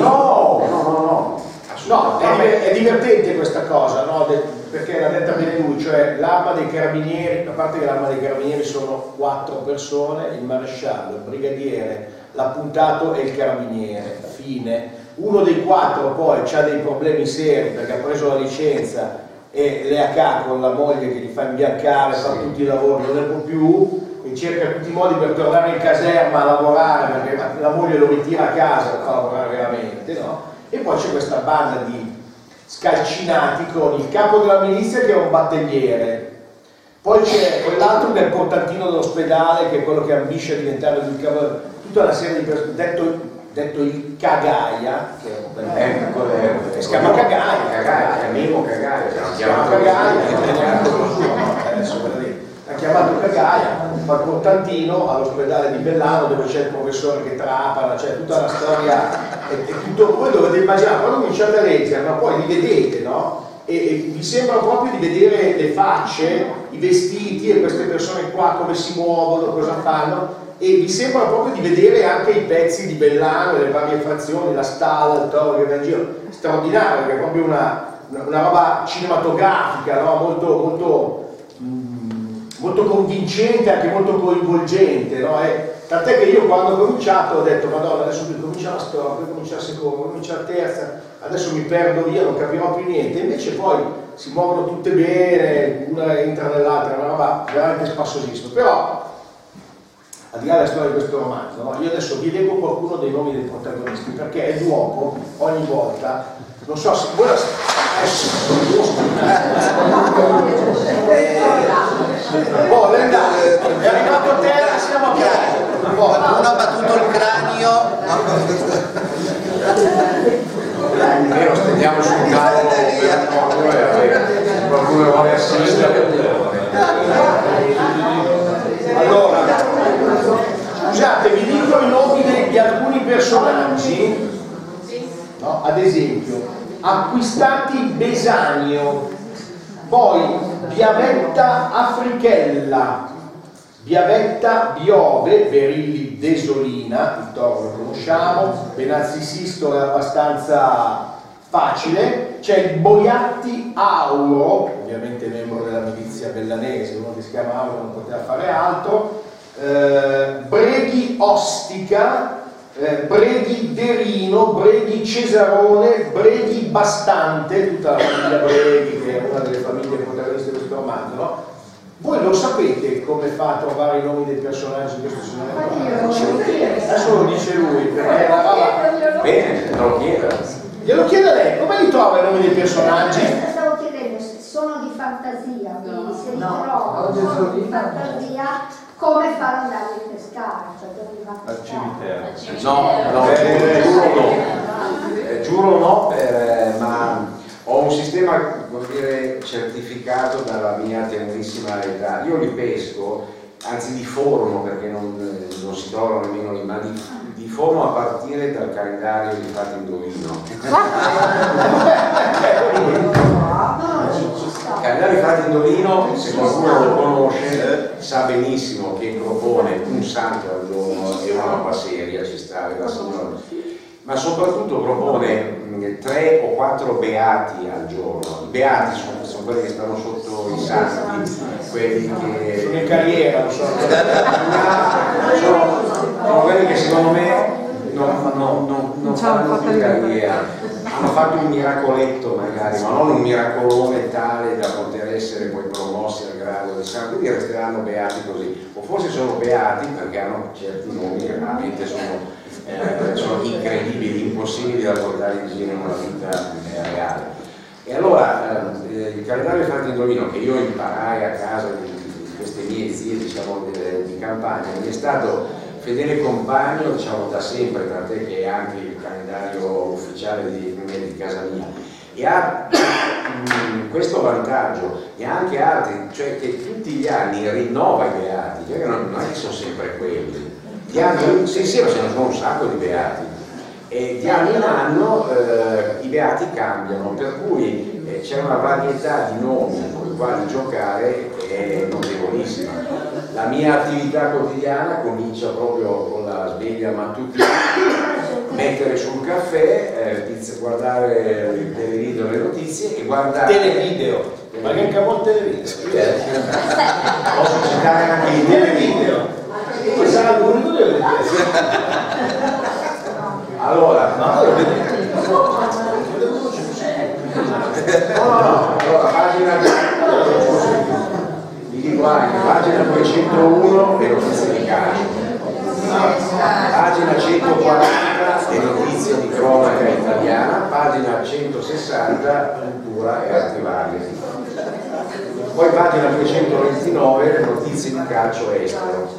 No, è divertente questa cosa, no? Perché l'ha detta bene lui, cioè l'Arma dei Carabinieri, a parte che l'Arma dei Carabinieri sono 4 persone, il maresciallo, il brigadiere, l'appuntato e il carabiniere, fine. Uno dei 4 poi ha dei problemi seri perché ha preso la licenza e l'EH con la moglie che gli fa imbiancare, fa tutti i lavori, non ne può più, e cerca tutti i modi per tornare in caserma a lavorare perché la moglie lo ritira a casa per far lavorare veramente, no? E poi c'è questa banda di scalcinati con il capo della milizia che è un battelliere, poi c'è quell'altro che è il portantino dell'ospedale, che è quello che ambisce a diventare il capo, tutta una serie di persone, detto il Cagaia, che è un bel si chiama Cagaia, Nemo Cagaia, si chiama Cagaia, ha chiamato Cagaia, fa il portantino all'ospedale di Bellano dove c'è il professore che trapana, c'è tutta la storia, e tutto, voi dovete immaginare, quando cominciate a leggere, ma poi li vedete, no? E vi sembra proprio di vedere le facce, i vestiti e queste persone qua come si muovono, cosa fanno, e vi sembra proprio di vedere anche i pezzi di Bellano, le varie frazioni, la stalla, il toro che va in giro, straordinario, perché è proprio una roba cinematografica, no? Molto convincente, anche molto coinvolgente, no? Tant'è che io quando ho cominciato ho detto madonna, adesso comincia la storia, poi comincia la seconda, poi comincia la terza, adesso mi perdo via, non capirò più niente, invece poi si muovono tutte bene, una entra nell'altra, è una roba veramente spassosissima. Però al di là della storia di questo romanzo, no? Io adesso vi leggo qualcuno dei nomi dei protagonisti, perché è l'uomo ogni volta, non so se voi è arrivato a terra, siamo a piedi. Uno ha battuto il cranio. Lo stendiamo sul tavolo qualcuno vuole assistere. Allora, scusate, vi dico i nomi di alcuni personaggi, no? Ad esempio Acquistati Besanio, poi Biavetta Africhella, Biavetta Biove, Berilli Desolina, il toro lo conosciamo, Benazzi Sisto è abbastanza facile, c'è il Boiatti Auro, ovviamente membro della milizia bellanese, uno che si chiama Auro non poteva fare altro, Breghi Ostica, Breghi Derino, Breghi Cesarone, Breghi Bastante, tutta la famiglia Breghi, che è una delle famiglie protagoniste di questo romanzo, no? Voi lo sapete come fa a trovare i nomi dei personaggi di questo signore? Adesso lo dice lui, perché la roba... Bene, lo chiedo. Glielo chiede lei, come li trova i nomi dei personaggi? Stavo chiedendo se sono di fantasia, quindi se li trovo di fantasia, come fare ad andare a pescare? Cioè dove va a pescare? Al cimitero. Giuro no, ma ho un sistema, vuol dire, certificato dalla mia tenerissima età. Io li pesco, anzi li formo, perché non si trovano nemmeno lì, ma li formo a partire dal calendario di Fate Indovino. calendario Frati Indovino, se qualcuno lo conosce, sa benissimo che propone un santo al giorno e una roba seria, ci sta la signora, ma soprattutto propone 3 o 4 beati al giorno. I beati sono quelli che stanno sotto i santi, quelli che sono in carriera, sono quelli che secondo me non fanno più carriera. Hanno fatto un miracoletto magari, ma non un miracolone tale da poter essere poi promossi al grado di santo, quindi resteranno beati così. O forse sono beati perché hanno certi nomi che veramente sono incredibili, impossibili da portare in giro in una vita reale. E allora il calendario di Frati Indovino, che io imparai a casa di queste mie zie, diciamo, di campagna, mi è stato fedele compagno, diciamo, da sempre, tant'è che è anche il calendario ufficiale di casa mia, e ha questo vantaggio, e anche altri, cioè che tutti gli anni rinnova i beati, cioè che non è che sono sempre quelli, di anno, sì, ma ce ne sono un sacco di beati, e di anno in anno i beati cambiano, per cui c'è una varietà di nomi con i quali giocare che è notevolissima. La mia attività quotidiana comincia proprio con la sveglia mattutina, mettere sul caffè, guardare il televideo, le notizie e guardare... Televideo? Ma che cavolo televideo? Posso citare anche i televideo? Allora, allora, pagina 201 le notizie di calcio, pagina 140 le notizie di cronaca italiana, pagina 160 cultura e arti varie, poi pagina 229 le notizie di calcio estero.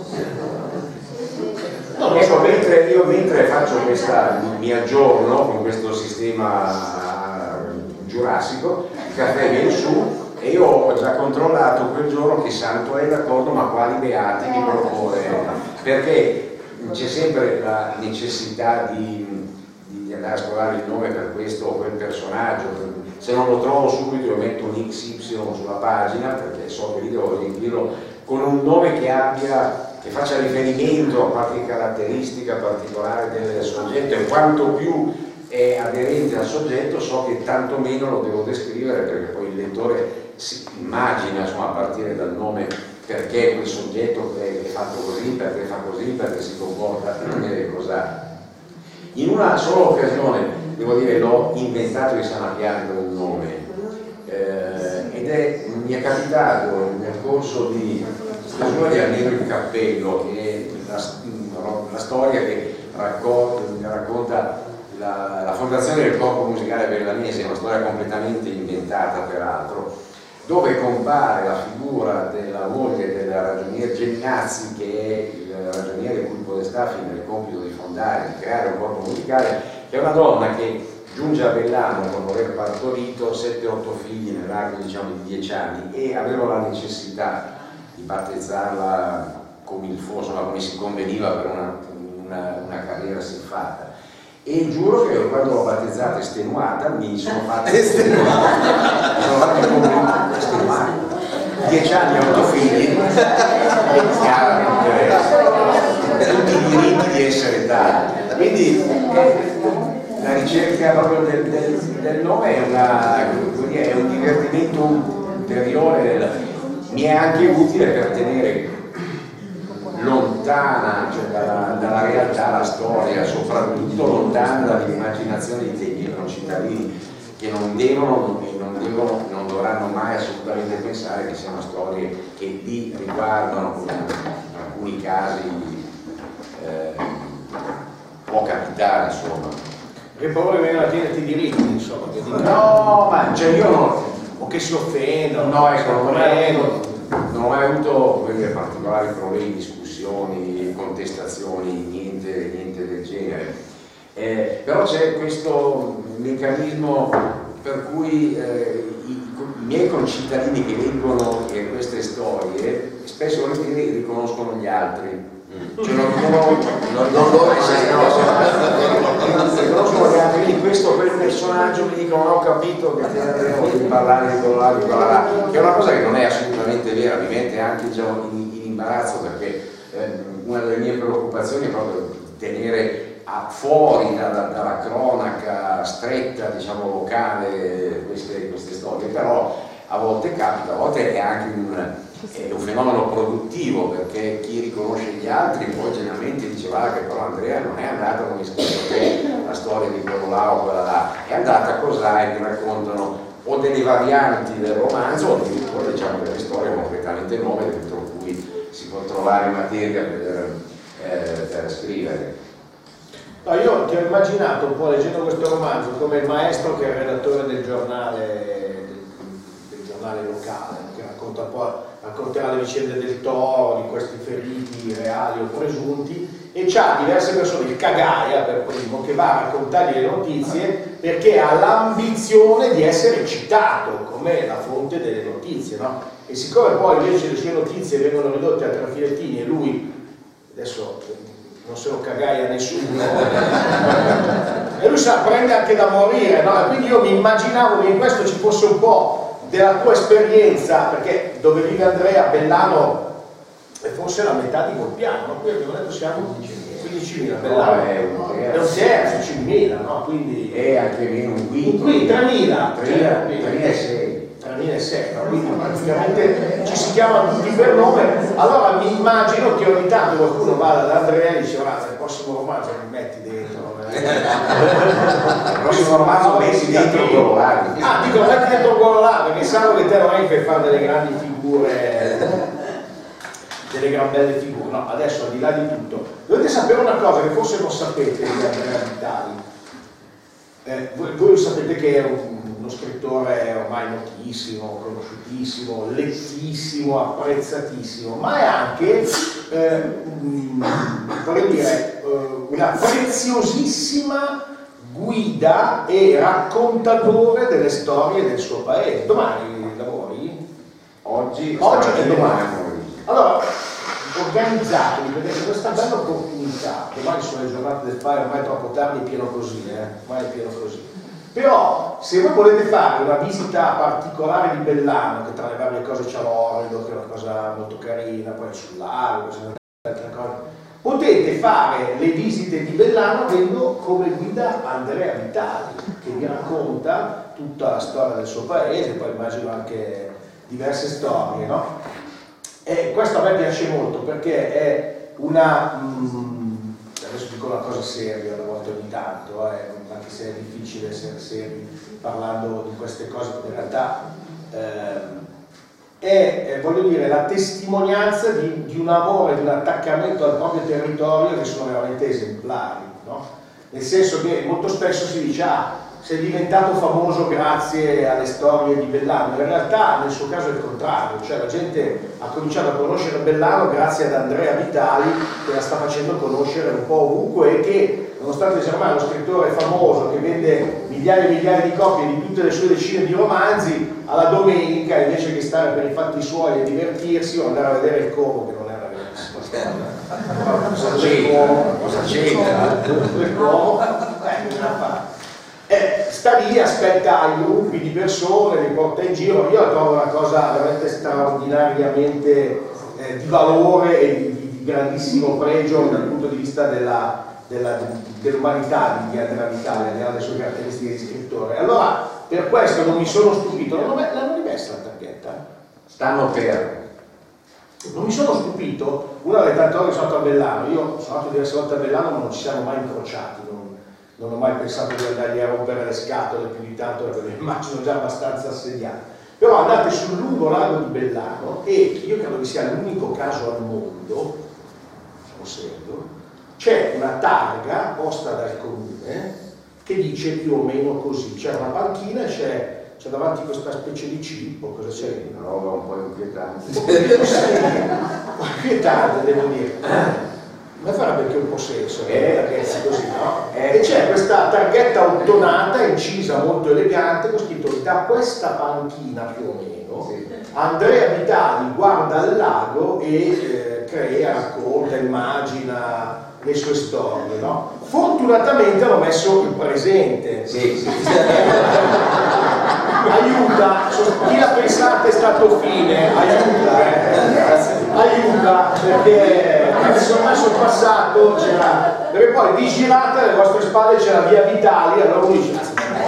Ecco, mentre faccio mi aggiorno con questo sistema giurassico, il caffè viene su e io ho già controllato quel giorno che santo è, d'accordo, ma quali beati mi propone, perché c'è sempre la necessità di andare a scovare il nome per questo o quel personaggio. Se non lo trovo subito io metto un XY sulla pagina, perché so che lì devo riempirlo con un nome che faccia riferimento a qualche caratteristica particolare del soggetto, e quanto più è aderente al soggetto so che tanto meno lo devo descrivere, perché poi il lettore si immagina, insomma, a partire dal nome, perché quel soggetto è fatto così, perché fa così, perché si comporta così. In una sola occasione, devo dire, l'ho inventato di sana pianta un nome, mi è capitato nel corso di stesura di Almeno il Cappello, che è la storia che racconta la fondazione del Corpo Musicale Bellanese, è una storia completamente inventata peraltro, dove compare la figura della moglie del ragionier Gennazzi, che è il ragioniere cui podestà fino al compito di fondare, di creare un corpo musicale, che è una donna che giunge a Bellano dopo aver partorito 7-8 figli nell'arco, diciamo, di 10 anni, e aveva la necessità di battezzarla come il fosse, come si conveniva per una carriera siffatta. E giuro che quando l'ho battezzata estenuata mi sono fatto estenuata. 10 anni e 8 figli, tutti i diritti di essere tali. Quindi la ricerca proprio del nome è un divertimento ulteriore, mi è anche utile per tenere lontana, cioè, dalla realtà la storia, soprattutto lontana dall'immaginazione dei miei concittadini, che non dovranno mai assolutamente pensare che siano storie che li riguardano, come in alcuni casi può capitare, insomma. Che poi vengono a chiederti i diritti, insomma, che no, ma cioè io no, o che si offendono, no, ecco, non ho mai avuto particolari problemi, discussioni, contestazioni, niente del genere. Però c'è questo meccanismo per cui i miei concittadini che leggono queste storie spesso volentieri riconoscono gli altri, Cioè, non lo riconosco magari, quindi questo quel personaggio mi dicono non ho capito che devi parlare di quello là, di quella là, che è una cosa che non è assolutamente vera, mi mette anche già in imbarazzo, perché una delle mie preoccupazioni è proprio tenere fuori dalla cronaca stretta, diciamo locale, queste storie, però a volte capita, a volte è anche un fenomeno produttivo, perché chi riconosce gli altri poi generalmente dice guarda che però Andrea non è andata come scritto te la storia di quello là o quella là, è andata cos'ha e mi raccontano o delle varianti del romanzo o addirittura diciamo delle storie completamente nuove dentro cui si può trovare materia per scrivere. No, io ti ho immaginato un po' leggendo questo romanzo come il maestro che è il redattore del giornale locale, che racconta un po', racconterà le vicende del Toro, di questi feriti reali o presunti, e c'ha diverse persone, il cagaia per primo, che va a raccontargli le notizie perché ha l'ambizione di essere citato come la fonte delle notizie, no? E siccome poi invece le sue notizie vengono ridotte a 3 filettini e lui adesso non se lo cagaia nessuno e lui prende anche da morire, no? E quindi io mi immaginavo che in questo ci fosse un po' della tua esperienza, perché dove vive Andrea, Bellano è forse la metà di Volpiano, no? Qui abbiamo detto siamo 15.000, Bellano è un terzo, 5.000, no? Quindi è anche meno, un quinto, 3.600, no? Quindi praticamente ci si chiamano tutti per nome. Allora mi immagino che ogni tanto qualcuno va da Andrea e dice guarda, il prossimo romanzo mi metti dentro. Il prossimo romanzo metti dentro il Golo là. Ah, dico metti dentro il Golo là, perché sanno che te non hai per fare delle grandi figure, delle gran belle figure. No, adesso al di là di tutto, dovete sapere una cosa che forse non sapete di Andrea Vitali. Voi sapete che è uno scrittore ormai notissimo, conosciutissimo, lettissimo, apprezzatissimo, ma è anche voglio dire, una preziosissima guida e raccontatore delle storie del suo paese. Domani lavori? Oggi e domani. Allora, organizzatevi, perché questa bella opportunità, domani sono le giornate del fare, ormai è troppo tardi, è pieno così, ormai è pieno così. Però, se voi volete fare una visita particolare di Bellano, che tra le varie cose c'è l'orrido, che è una cosa molto carina, poi sul lago, altre cose, potete fare le visite di Bellano avendo come guida Andrea Vitali, che vi racconta tutta la storia del suo paese, poi immagino anche diverse storie, no? E questo a me piace molto perché è una, adesso dico una cosa seria una volta ogni tanto, anche se è difficile essere seri parlando di queste cose, in realtà è voglio dire, la testimonianza di un amore, di un attaccamento al proprio territorio che sono veramente esemplari, no? Nel senso che molto spesso si dice sei diventato famoso grazie alle storie di Bellano, in realtà nel suo caso è il contrario, cioè la gente ha cominciato a conoscere Bellano grazie ad Andrea Vitali, che la sta facendo conoscere un po' ovunque e che, nonostante sia ormai uno scrittore famoso che vende migliaia e migliaia di copie di tutte le sue decine di romanzi, alla domenica invece che stare per i fatti suoi e divertirsi o andare a vedere il Como, che non è una grandissima storia, cosa c'entra? Il Como, bisogna fare. Sta lì, aspetta i gruppi di persone, li porta in giro. Io la trovo una cosa veramente straordinariamente di valore e di grandissimo pregio dal punto di vista dell'umanità di Andrea Vitali, alle sue caratteristiche di scrittore. Allora, per questo non mi sono stupito. L'hanno rimessa la targhetta? Stanno per. Non mi sono stupito. Una delle tante volte che sono andato a Bellano, io sono andato diverse volte a Bellano ma non ci siamo mai incrociati. Non ho mai pensato di andargli a rompere le scatole più di tanto perché mi immagino già abbastanza assediato. Però andate sul lungo lago di Bellano e io credo che sia l'unico caso al mondo, sono serio, c'è una targa posta dal comune che dice più o meno così. C'è una panchina e c'è davanti questa specie di cippo, cosa c'è? Una roba un po' inquietante. Un po' inquietante, devo dire. A me farebbe anche un po' senso ragazzi, così, no? E c'è questa targhetta ottonata incisa molto elegante con scritto da questa panchina più o meno Andrea Vitali guarda il lago e crea, racconta, immagina le sue storie, no? Fortunatamente hanno messo il presente. Sì. Aiuta, chi l'ha pensato è stato fine, aiuta perché adesso ormai sul passato c'era, perché poi di girata alle vostre spalle c'era via Vitali, allora uno dice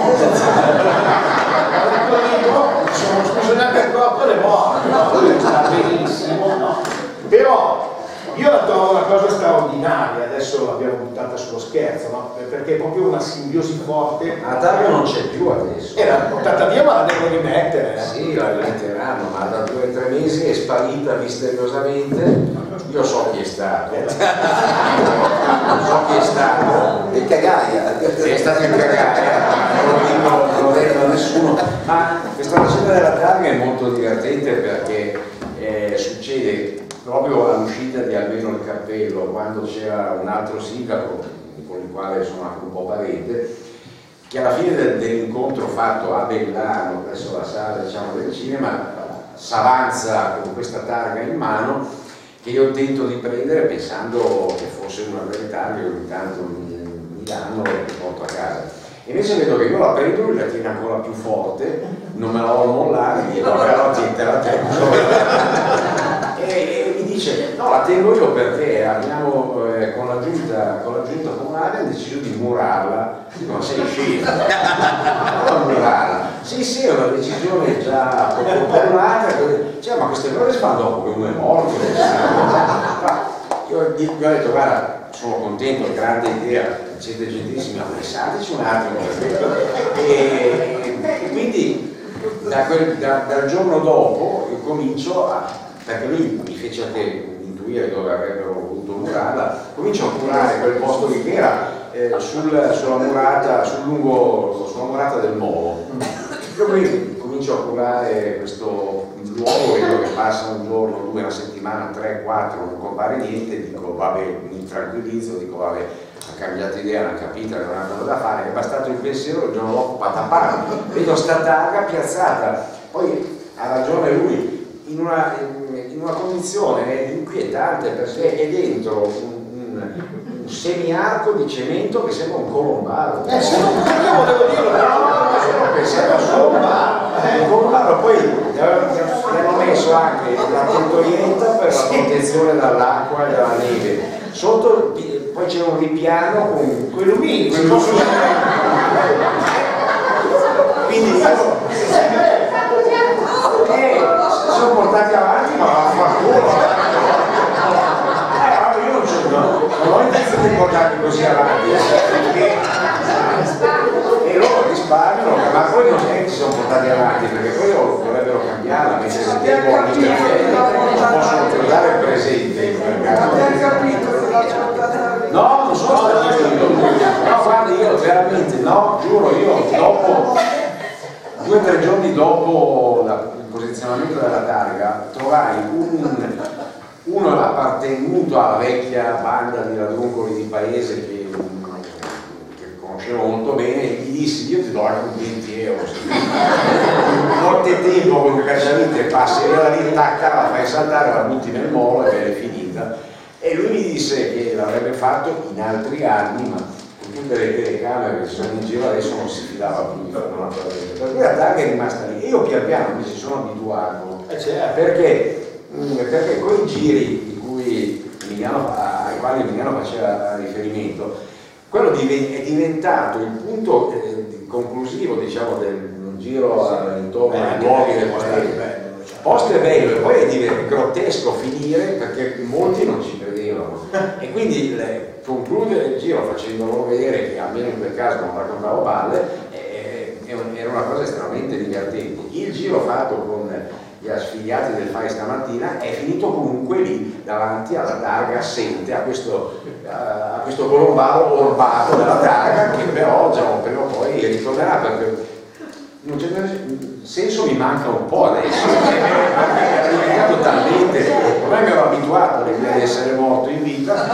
sono sfusionati il corpo e le morte, no? Sta benissimo, no? Però io la trovo una cosa straordinaria, adesso l'abbiamo buttata sullo scherzo, no? Perché è proprio una simbiosi forte. La targa non c'è più adesso. Era portata via ma la devono rimettere. Sì, la rimetteranno, ma da 2 o 3 mesi è sparita misteriosamente. Io so chi è stato. So chi è stato. Il cagaia. È stato il cagaia, non lo detto a nessuno. Ma questa vicenda della targa è molto divertente perché succede proprio all'uscita di Almeno il Cappello, quando c'era un altro sindaco con il quale sono anche un po' parente, che alla fine dell'incontro fatto a Bellano presso la sala, diciamo, del cinema, s'avanza con questa targa in mano che io tento di prendere pensando che fosse una breve targa che ogni tanto mi danno e mi porto a casa. Invece vedo che io la prendo, lui la tiene ancora più forte, non me la voglio mollare, mi dico però tientela te. E mi dice no, la tengo io perché abbiamo con la giunta comunale abbiamo deciso di murarla. Dico, ma sei scemo, non murarla. Sì, è una decisione già popolata, cioè, ma queste cose si fanno dopo che uno è morto. Io gli ho detto guarda, sono contento, grande idea, siete gentilissimi, ma pensateci un attimo. E quindi dal giorno dopo io comincio perché lui mi fece anche intuire dove avrebbero voluto murarla, comincio a curare quel posto lì che era sulla murata del Molo. Io quindi comincio a curare questo luogo, vedo che passa un giorno, 2, una settimana, 3, 4, non compare niente, dico vabbè, mi tranquillizzo, dico vabbè, ha cambiato idea, non ha capito, non ha cosa da fare, è bastato il pensiero, il giorno dopo patapam, vedo sta targa piazzata, poi ha ragione lui, in una condizione inquietante perché è dentro un semiarco di cemento che sembra un colombaro. Io volevo dirlo, che sembra un colombaro, poi abbiamo messo anche la tettoietta per la protezione dall'acqua e dalla neve. Sotto poi c'è un ripiano con quei lumini. Quindi sono portati avanti, ma vaffanculo. Io non ho intenzione di portarli così avanti, e loro risparmiano, ma poi non è che si sono portati avanti, perché poi dovrebbero cambiarla, mettere il tempo all'interno, non possono utilizzare il presente in quel caso. No, non sono stato io. No, guarda, io veramente, no, giuro, io dopo 2 o 3 giorni dopo il posizionamento della targa trovai uno appartenuto alla vecchia banda di ladruncoli di paese che conoscevo molto bene, e gli dissi io ti do anche un 20 euro, notte tempo con un cacciavite passi da lì, tacca, la fai saltare, la butti nel molo e è finita. E lui mi disse che l'avrebbe fatto in altri anni, ma con tutte le telecamere che sono in giro adesso non si fidava più di fare una cosa del genere. Per cui la targa è rimasta lì e io pian piano mi ci sono abituato, perché con i giri ai quali Emiliano faceva riferimento, quello è diventato il punto conclusivo, diciamo, del giro intorno ai luoghi del paese. Posto è bello e poi è grottesco finire perché molti non ci credevano e quindi concludere il giro facendo loro vedere che almeno in quel caso non raccontavo balle era una cosa estremamente divertente. Il giro fatto con gli asfiliati del FAI stamattina è finito comunque lì davanti alla targa assente, a questo colombaro orbato della targa che però prima o poi ritornerà, perché in un certo senso mi manca un po' adesso perché era diventato talmente, ormai mi ero abituato all'idea di essere morto in vita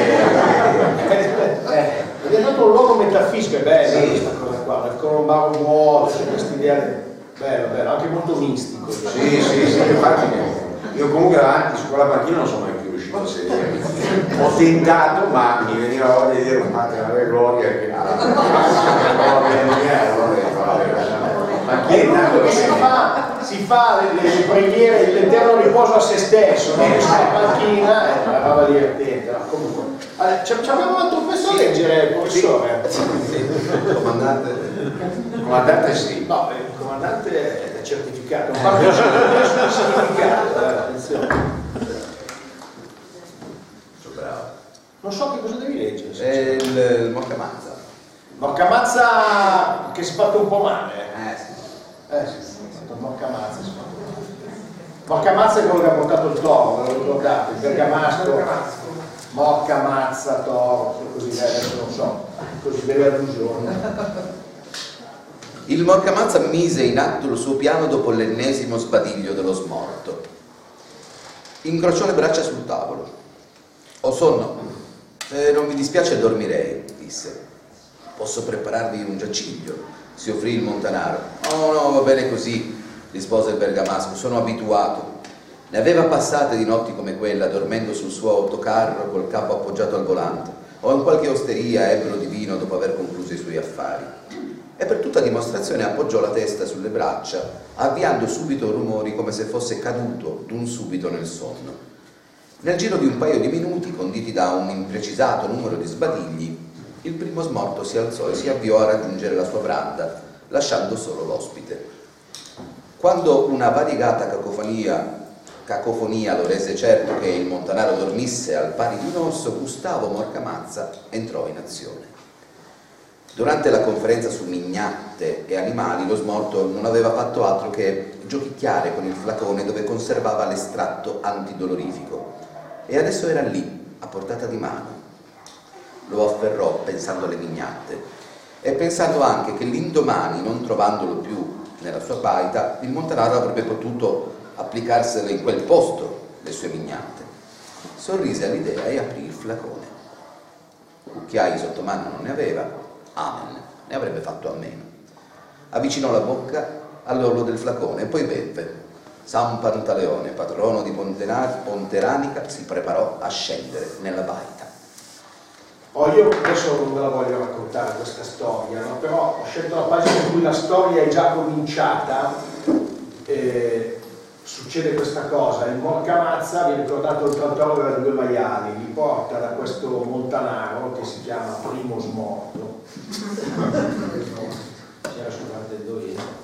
è diventato un luogo metafisico, è bella questa cosa qua, il colombaro vuoto, questa idea bello, anche molto mistico. Sì, infatti io comunque davanti su quella panchina non sono mai più riuscito posso dire. Ho tentato, ma mi veniva voglia di dire un Patria Gloria che ma chi è nato si fa le preghiere, l'eterno riposo a se stesso, no? Sulla panchina, è una roba divertente, no? Comunque. Allora, abbiamo un altro pezzo a leggere, professore? Comandante sì. No, il comandante è certificato, non parlo di certificato, attenzione. Sono bravo. Non so che cosa devi leggere. È il Morcamazza. Morcamazza che si è fatto un po' male. Sì. Morcamazza si è fatto un po' male. Morcamazza è quello che ha portato il toro, ve lo ricordate? Il bergamasco. Morcamazza, toro, così adesso non so, così delle allusioni. Il Morcamazza mise in atto il suo piano dopo l'ennesimo sbadiglio dello smorto. Incrociò le braccia sul tavolo. Ho sonno. Se non vi dispiace dormirei, disse. Posso prepararvi un giaciglio, si offrì il montanaro. Oh no, va bene così, rispose il bergamasco, sono abituato. Ne aveva passate di notti come quella, dormendo sul suo autocarro col capo appoggiato al volante, o in qualche osteria ebbro di vino dopo aver concluso i suoi affari. E per tutta dimostrazione appoggiò la testa sulle braccia, avviando subito rumori come se fosse caduto d'un subito nel sonno. Nel giro di un paio di minuti, conditi da un imprecisato numero di sbadigli, il primo smorto si alzò e si avviò a raggiungere la sua branda, lasciando solo l'ospite. Quando una variegata cacofonia lo rese certo che il montanaro dormisse al pari di un orso, Gustavo Morcamazza entrò in azione. Durante la conferenza su mignatte e animali, lo smorto non aveva fatto altro che giochicchiare con il flacone dove conservava l'estratto antidolorifico, e adesso era lì, a portata di mano. Lo afferrò pensando alle mignatte e pensando anche che l'indomani, non trovandolo più nella sua baita, il montanaro avrebbe potuto applicarsele in quel posto le sue mignatte. Sorrise all'idea e aprì il flacone. Cucchiai sotto mano non ne aveva, amen, ne avrebbe fatto a meno. Avvicinò la bocca all'orlo del flacone e poi bevve. San Pantaleone, patrono di Ponteranica, si preparò a scendere nella baita. Io adesso non ve la voglio raccontare questa storia, no? Però ho scelto la pagina in cui la storia è già cominciata. Succede questa cosa, il Morcamazza, vi ricordate il trattore da due maiali, li porta da questo montanaro che si chiama Primo Smorto. C'era soltanto il dovere.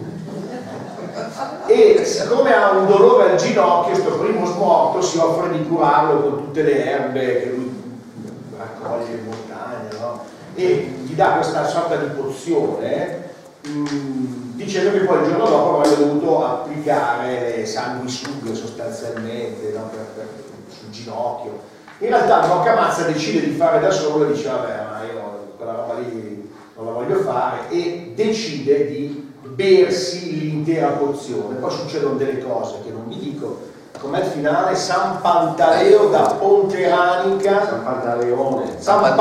E siccome ha un dolore al ginocchio, questo Primo Smorto si offre di curarlo con tutte le erbe che lui raccoglie in montagna, no? E gli dà questa sorta di pozione, dicendo che poi il giorno dopo avrebbe dovuto applicare le sanguisughe sostanzialmente, no? Sul ginocchio. In realtà il Morcamazza decide di fare da solo e dice vabbè, ma io quella roba lì non la voglio fare, e decide di bersi l'intera pozione. Poi succedono delle cose che non vi dico. Com'è il finale? San Pantaleo da Ponteranica. San Pantaleone,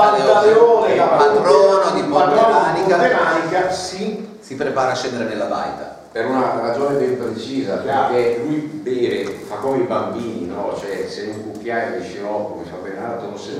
patrono di Ponteranica, si prepara a scendere nella baita. per una ragione ben precisa, perché lui beve, fa come i bambini, no? Cioè se un cucchiaio di sciroppo mi fa benato non si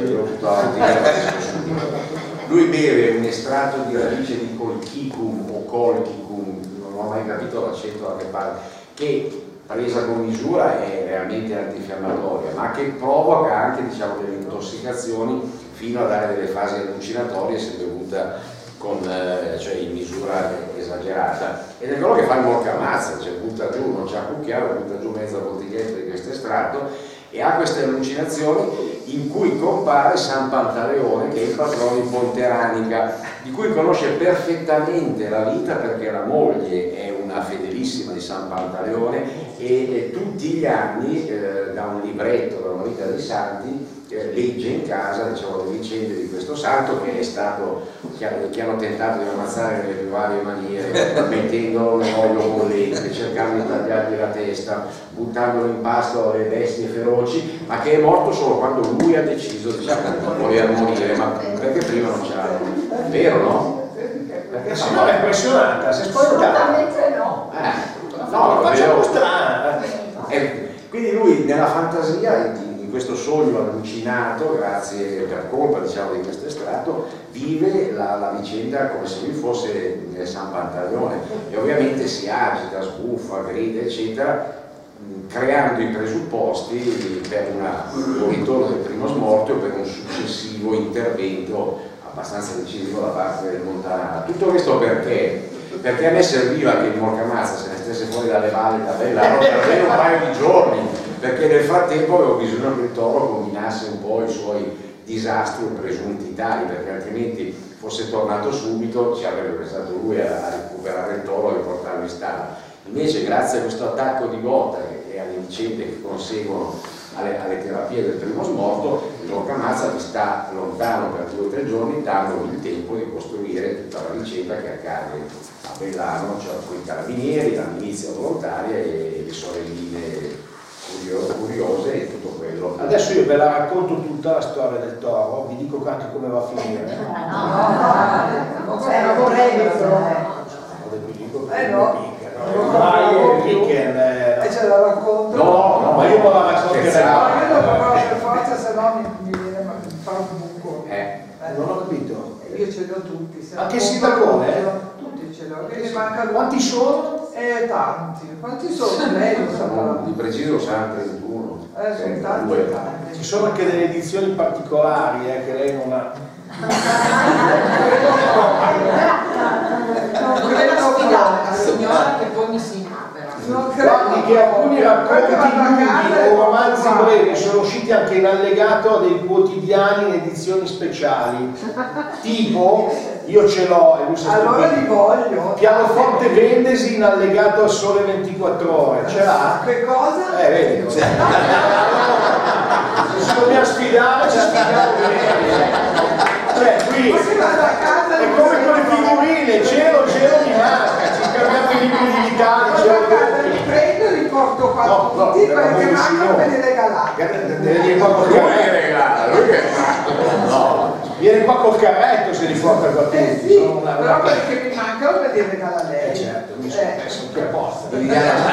lui beve un estratto di radice di colchicum o colchicum, non ho mai capito l'accento da che parte, che presa con misura è realmente antinfiammatoria, ma che provoca anche, diciamo, delle intossicazioni fino a dare delle fasi allucinatorie se bevuta con, cioè in misura esagerata, ed è quello che fa il Morcamazza, cioè butta giù, non c'ha cucchiaio, butta giù mezza bottiglietta di questo estratto e ha queste allucinazioni in cui compare San Pantaleone, che è il patrono di Ponteranica, di cui conosce perfettamente la vita perché la moglie è una fedelissima di San Pantaleone e tutti gli anni da un libretto, da una vita dei santi, legge in casa, diciamo, le vicende di questo santo che è stato, che hanno tentato di ammazzare nelle più varie maniere, mettendolo nell'olio bollente, cercando di tagliargli la testa, buttandolo in pasto alle bestie feroci, ma che è morto solo quando lui ha deciso, diciamo, di voler morire, ma perché prima non c'era. Vero, no? Perché se no è impressionante, si è spaventata. Assolutamente no. No, facciamo strana. Quindi lui nella fantasia, in in questo sogno allucinato, grazie per colpa diciamo di questo estratto, vive la vicenda come se lui fosse San Pantaleone e ovviamente si agita, sbuffa, grida eccetera, creando i presupposti per un ritorno del primo smorto o per un successivo intervento abbastanza decisivo da parte del Montanara. Tutto questo perché? Perché a me serviva che il Morcamazza se ne stesse fuori dalle valli da Bellaro per almeno un paio di giorni, perché nel frattempo avevo bisogno che il Toro combinasse un po' i suoi disastri o presunti tali, perché altrimenti fosse tornato subito ci avrebbe pensato lui a recuperare il Toro e portarlo in stalla. Invece grazie a questo attacco di botta e alle vicende che conseguono alle terapie del primo smorto, il Morcamazza ti sta lontano per 2 o 3 giorni, dando il tempo di costruire tutta la vicenda che accade a Bellano, cioè con i carabinieri, la milizia volontaria e le sorelline curiose e tutto quello. Adesso io ve la racconto tutta la storia del Toro, vi dico anche come va a finire. Non vorrei e ce la racconto? No, ma io me la racconterei. No, io non lo per forza, se no mi viene a fare un buco. Non ho capito. Io ce li ho tutti. Anche il sindaco, tutti ce li ho. Che ne manca lui. Quanti sono? Tanti. Quanti sono? Lei lo saprà. Di preciso saranno 31. Sono tanti. Ci sono anche delle edizioni particolari che lei non ha. Signora che poi mi si Guardi che alcuni racconti lunghi o romanzi brevi sono usciti anche in allegato a dei quotidiani in edizioni speciali, tipo io ce l'ho e lui sa allora li voglio. Pianoforte Vendesi in allegato al Sole 24 Ore, ce l'ha? Che cosa? Vedi, se ci dobbiamo sfidare ci sfidiamo bene. Cioè qui è come con le figurine, cielo mi manca, ci cambiamo i libri digitali, li prendo e li porto qua tutti perché mancano me li regalate. Deve dire qua col carretto. No, viene qua col carretto se li porta qua tutti. Sì, però perché mi mancano me li regala lei. Certo, mi sono messo anche apposta. Gli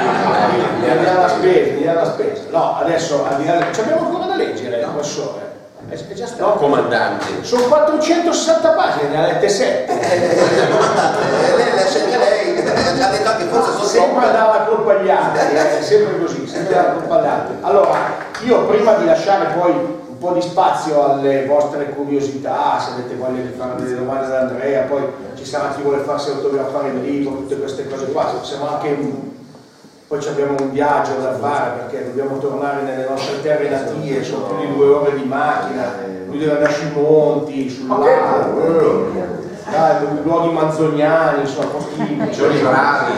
dà la spesa. No, adesso al di là abbiamo ancora da leggere, il professore. È già stato. No, comandante. Sono 460 pagine, ne ha lette 7. Lasciate lei, ha detto anche forse sono sempre dare la colpa agli altri, sempre così, sempre dare la colpa agli altri. Allora, io prima di lasciare poi un po' di spazio alle vostre curiosità, se avete voglia di fare delle domande ad Andrea, poi ci sarà chi vuole farsi autografare il libro, tutte queste cose qua, siamo anche poi abbiamo un viaggio da fare perché dobbiamo tornare nelle nostre terre natie, sono più di 2 ore di macchina, lui deve andare sui monti, sul lago, i luoghi manzoniani, sono posti Sono i bravi.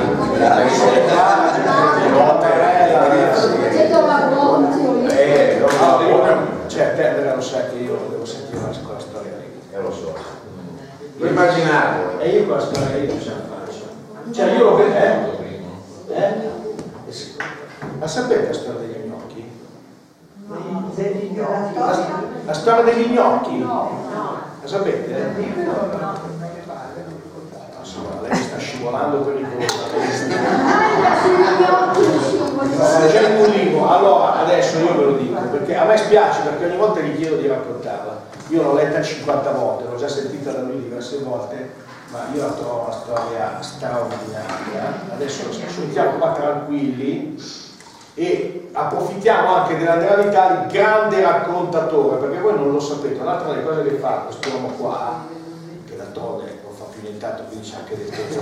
cioè perdere lo sai che io devo sentire quella storia lì. Lo so. Lo immaginavo. E io quella storia lì non ce la faccio. Cioè io lo vedo. La sapete la storia degli gnocchi? La storia degli gnocchi? La sapete? Lei sta scivolando pericolosamente. C'è il mulino. Allora adesso io ve lo dico perché a me spiace perché ogni volta gli chiedo di raccontarla. Io l'ho letta 50 volte, l'ho già sentita da lui diverse volte, ma io la trovo una storia straordinaria. Adesso ascoltiamo qua tranquilli e approfittiamo anche della gravità di grande raccontatore, perché voi non lo sapete. Un'altra delle cose che fa quest'uomo qua, che d'altronde non fa più nient'altro, quindi c'è anche del tempo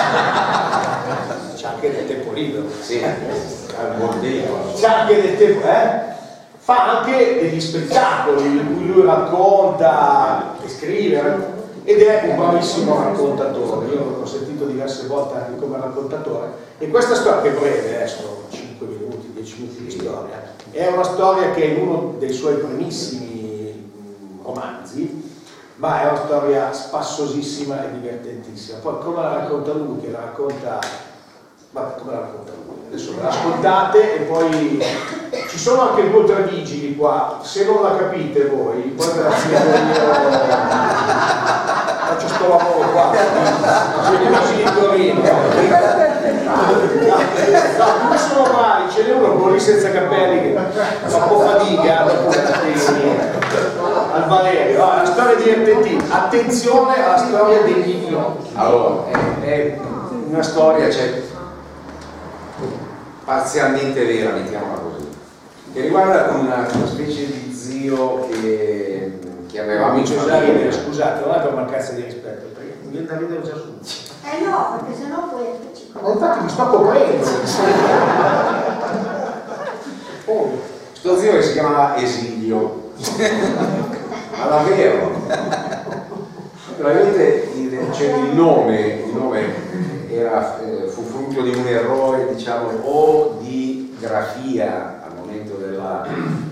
c'è anche del tempo libero, Sì, c'è anche del tempo, fa anche degli spettacoli in cui lui racconta e scrive ed è un bravissimo raccontatore. Io l'ho sentito diverse volte anche come raccontatore e questa storia, che è breve, sono 5 minuti, 10 minuti di storia, è una storia che è in uno dei suoi primissimi romanzi, ma è una storia spassosissima e divertentissima. Poi come la racconta lui, che la racconta, vabbè, come la racconta lui, adesso ve la ascoltate e poi ci sono anche 2 o 3 vigili qua, se non la capite voi poi ve la spiego io. Faccio sto lavoro qua, sono i vigili di Torino. No, come sono bravi, ce n'è uno lì senza capelli che fa un po' fatica al Valerio. La storia di EPT, attenzione alla storia degli ignoti. Allora, è una storia, cioè, parzialmente vera, mettiamola così, che riguarda una specie di zio che avevamo in famiglia. Scusate, non è per mancanza di rispetto, perché mi viene da ridere già su. No, perché sennò poi Infatti mi sto coprendo. Sto zio che si chiamava Esilio, ma davvero, probabilmente il nome fu frutto di un errore, diciamo, o di grafia al momento della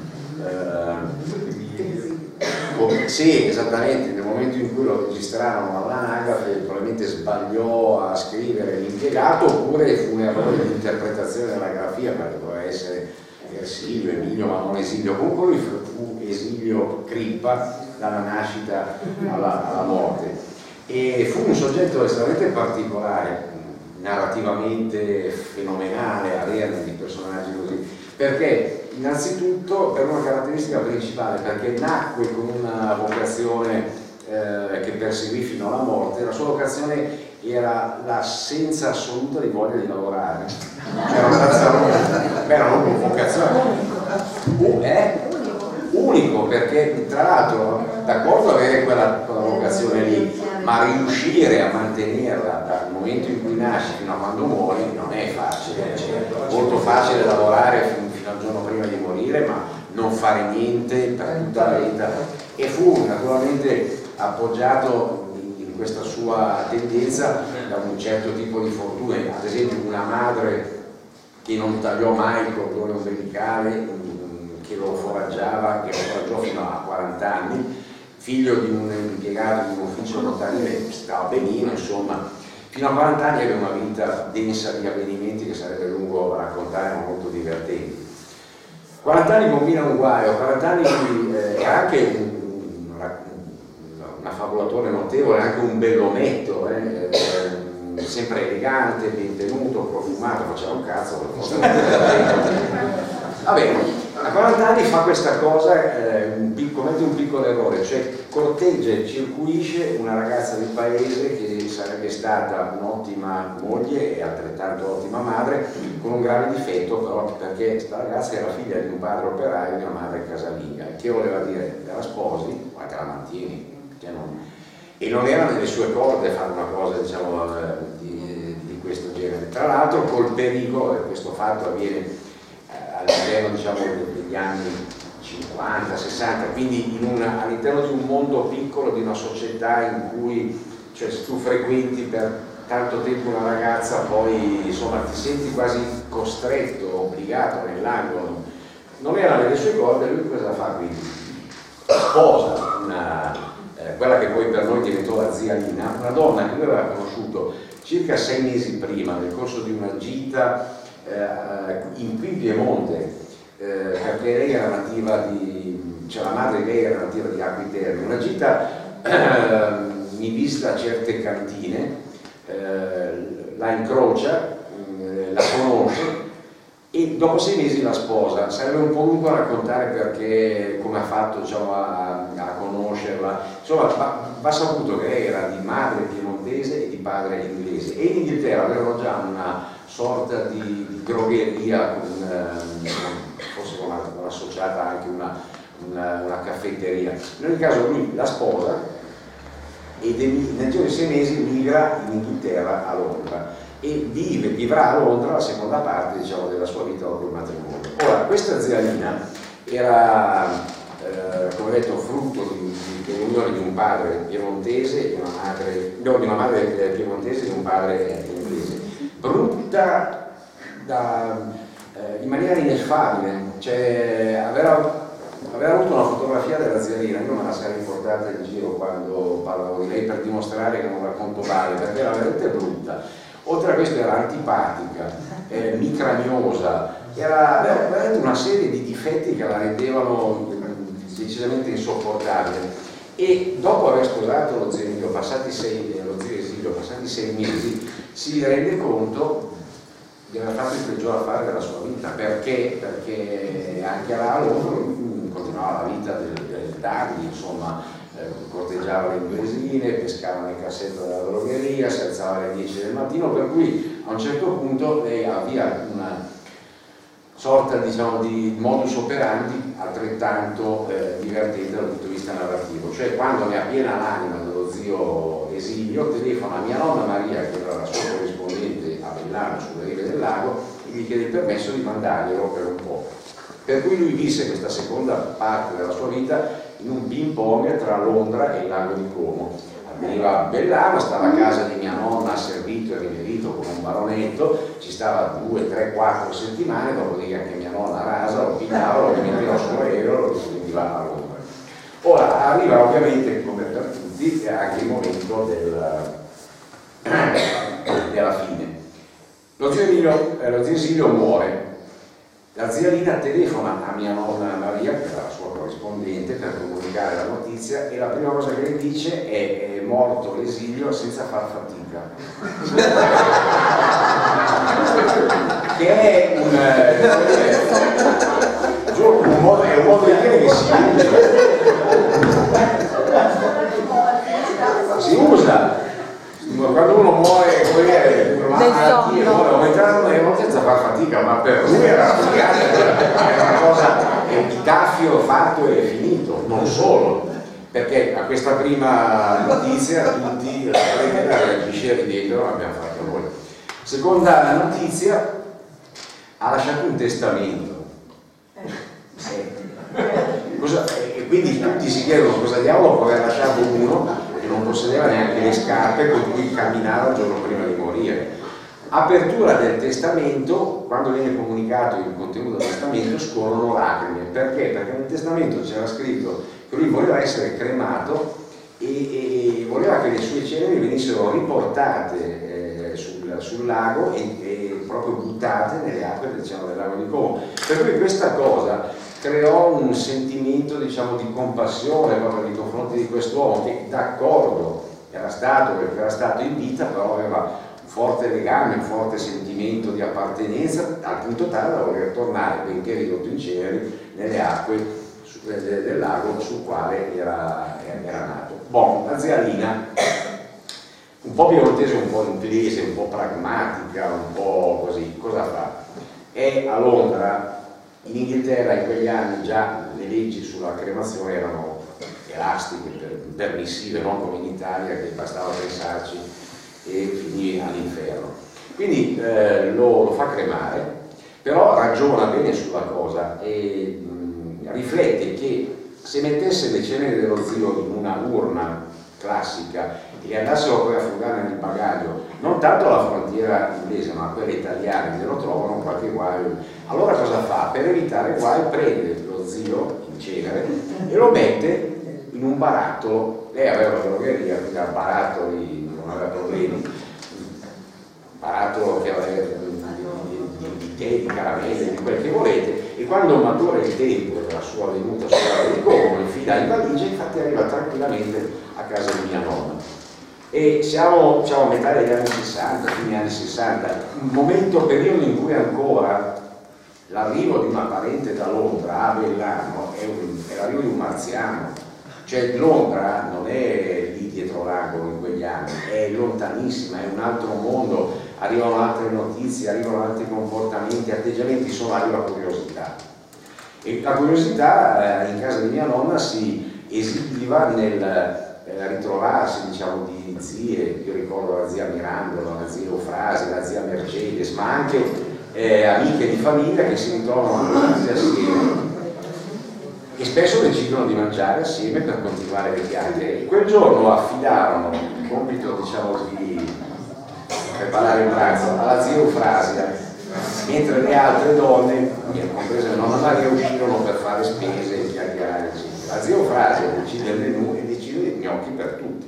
sì, esattamente, nel momento in cui lo registrarono all'anagrafe probabilmente sbagliò a scrivere l'impiegato, oppure fu un errore di interpretazione della grafia, perché doveva essere Ersilio, Emilio, ma non Esilio. Comunque lui fu Esilio Crippa dalla nascita alla morte, e fu un soggetto estremamente particolare, narrativamente fenomenale, averne di personaggi così, perché innanzitutto per una caratteristica principale, perché nacque con una vocazione che perseguì fino alla morte. La sua vocazione era l'assenza assoluta di voglia di lavorare, era una vocazione unico, perché tra l'altro d'accordo avere quella vocazione lì, ma riuscire a mantenerla dal momento in cui nasci fino a quando muori non è facile. È molto facile lavorare fino al giorno prima di morire, ma non fare niente per tutta la vita. E fu naturalmente appoggiato in questa sua tendenza da un certo tipo di fortune, ad esempio una madre che non tagliò mai il cordone ombelicale, che lo foraggiò fino a 40 anni, figlio di un impiegato di un ufficio notarile, stava benino, insomma, fino a 40 anni aveva una vita densa di avvenimenti che sarebbe lungo raccontare, ma molto divertenti. 40 anni combina un guaio, 40 anni era anche un affabulatore notevole, anche un bellometto, sempre elegante, ben tenuto, profumato, faceva un cazzo, va bene. A 40 anni fa questa cosa, commette un piccolo errore, cioè corteggia e circuisce una ragazza del paese che sarebbe stata un'ottima moglie e altrettanto ottima madre, con un grave difetto però, perché questa ragazza era figlia di un padre operaio e di una madre casalinga. Che voleva dire? Te la sposi, ma te la mantieni. E non era nelle sue corde fare una cosa, diciamo, di questo genere. Tra l'altro col pericolo, e questo fatto avviene all'interno, diciamo, degli anni 50, 60, quindi all'interno di un mondo piccolo, di una società in cui, cioè, se tu frequenti per tanto tempo una ragazza, poi insomma ti senti quasi costretto, obbligato nell'angolo. Non era nelle sue corde, lui cosa fa quindi? Sposa quella che poi per noi diventò la zia Lina, una donna che lui aveva conosciuto circa 6 mesi prima nel corso di una gita qui in Piemonte, perché lei era nativa cioè la madre di lei era nativa di Acqui Terme, una gita in vista a certe cantine, la incrocia, la conosce e dopo 6 mesi la sposa. Sarebbe un po' lungo a raccontare perché come ha fatto, diciamo, a conoscerla. Insomma, va saputo che lei era di madre piemontese e di padre inglese, e in Inghilterra avevano già una sorta di drogheria, forse con associata anche una caffetteria. In ogni caso lui la sposa e nel giro di 6 mesi migra in Inghilterra, a Londra, e vivrà a Londra la seconda parte, diciamo, della sua vita dopo il matrimonio. Ora, questa zia Lina era, come detto, frutto dell'unione di un padre piemontese e di una madre piemontese e di un padre inglese, brutta in maniera ineffabile, cioè aveva avuto una fotografia della zia Lina, io me la sarei portata in giro quando parlavo di lei per dimostrare che non racconto male, perché era veramente brutta. Oltre a questo era antipatica, micragnosa, era veramente una serie di difetti che la rendevano decisamente insopportabile. E dopo aver sposato lo zio Esilio, passati 6 mesi, si rende conto di aver fatto il peggior affare della sua vita. Perché anche a Londra continuava la vita del dandy, insomma, corteggiava le inglesine, pescava nel cassetto della drogheria, si alzava alle 10 del mattino, per cui a un certo punto lei avvia una sorta, diciamo, di modus operandi altrettanto divertente dal punto di vista narrativo. Cioè, quando ne ha piena l'anima dello zio Esilio, telefona a mia nonna Maria, che era la sua corrispondente a Bellano sulle rive del lago, e gli chiede il permesso di mandarglielo per un po'. Per cui lui visse questa seconda parte della sua vita in un ping pong tra Londra e il lago di Como. Veniva a Bellano, stava a casa di mia nonna, servito e riverito con un baronetto, ci stava 2, 3, 4 settimane, dopodiché anche mia nonna rasa, lo pigliava, lo metteva sull'aereo, lo distribuiva a Londra. Ora arriva ovviamente, come per tutti, anche il momento della fine. Lo zio Esilio muore. La zia Lina telefona a mia nonna Maria, che era la sua corrispondente, per comunicare la notizia, e la prima cosa che le dice è morto l'Esilio senza far fatica. Che è un modo di dire che si usa. Quando uno muore non senza far fatica, ma per lui era una cosa, è un epitafio fatto e finito. Non solo, perché a questa prima notizia tutti reagisce ridendo, l'abbiamo fatto noi. Seconda notizia, ha lasciato un testamento. E quindi tutti si chiedono cosa diavolo può aver lasciato uno che non possedeva neanche le scarpe con cui camminare il giorno prima di morire. Apertura del testamento, quando viene comunicato il contenuto del testamento scorrono lacrime. Perché? Perché nel testamento c'era scritto che lui voleva essere cremato e voleva che le sue ceneri venissero riportate sul lago e proprio buttate nelle acque del lago di Como. Per cui questa cosa creò un sentimento, diciamo, di compassione proprio nei confronti di quest'uomo che, d'accordo, era stato in vita, però aveva un forte legame, un forte sentimento di appartenenza, al punto tale da voler tornare, benché ridotto in ceneri, nelle acque del lago sul quale era nato. Bon, la zia Lina, un po' piemontese, un po' inglese, un po' pragmatica, un po' così, cosa fa? È a Londra. In Inghilterra in quegli anni già le leggi sulla cremazione erano elastiche, permissive, non come in Italia che bastava pensarci e finì all'inferno. Quindi lo fa cremare, però ragiona bene sulla cosa e riflette che se mettesse le ceneri dello zio in una urna classica e le andassero poi a frugare nel bagaglio, non tanto alla frontiera inglese ma a quelle italiane, che lo trovano qualche guaio. Allora cosa fa? Per evitare guai prende lo zio in cenere e lo mette in un barattolo. Lei aveva una drogheria, quindi a barattoli non aveva problemi, un barattolo che aveva di tè, di caramelle, di quel che volete, e quando matura il tempo della sua venuta sulla di Como, infila in valigia, infatti arriva tranquillamente a casa di mia nonna. E siamo, diciamo, a metà degli anni 60, fine anni 60, un periodo in cui ancora l'arrivo di una parente da Londra a Bellano è l'arrivo di un marziano. Cioè Londra non è lì dietro l'angolo in quegli anni, è lontanissima, è un altro mondo, arrivano altre notizie, arrivano altri comportamenti, atteggiamenti, insomma arriva curiosità. E la curiosità in casa di mia nonna si esibiva nel ritrovarsi, diciamo, di zie. Io ricordo la zia Mirandola, la zia Eufrasi, la zia Mercedes, ma anche amiche di famiglia che si ritrovano assieme e spesso decidono di mangiare assieme per continuare le chiacchiere. Quel giorno affidarono il compito, diciamo, di preparare il pranzo alla zia Eufrasia, mentre le altre donne, comprese la nonna Maria, uscirono per fare spese e chiacchierare. La zia Eufrasia decide il menù e decide i gnocchi per tutti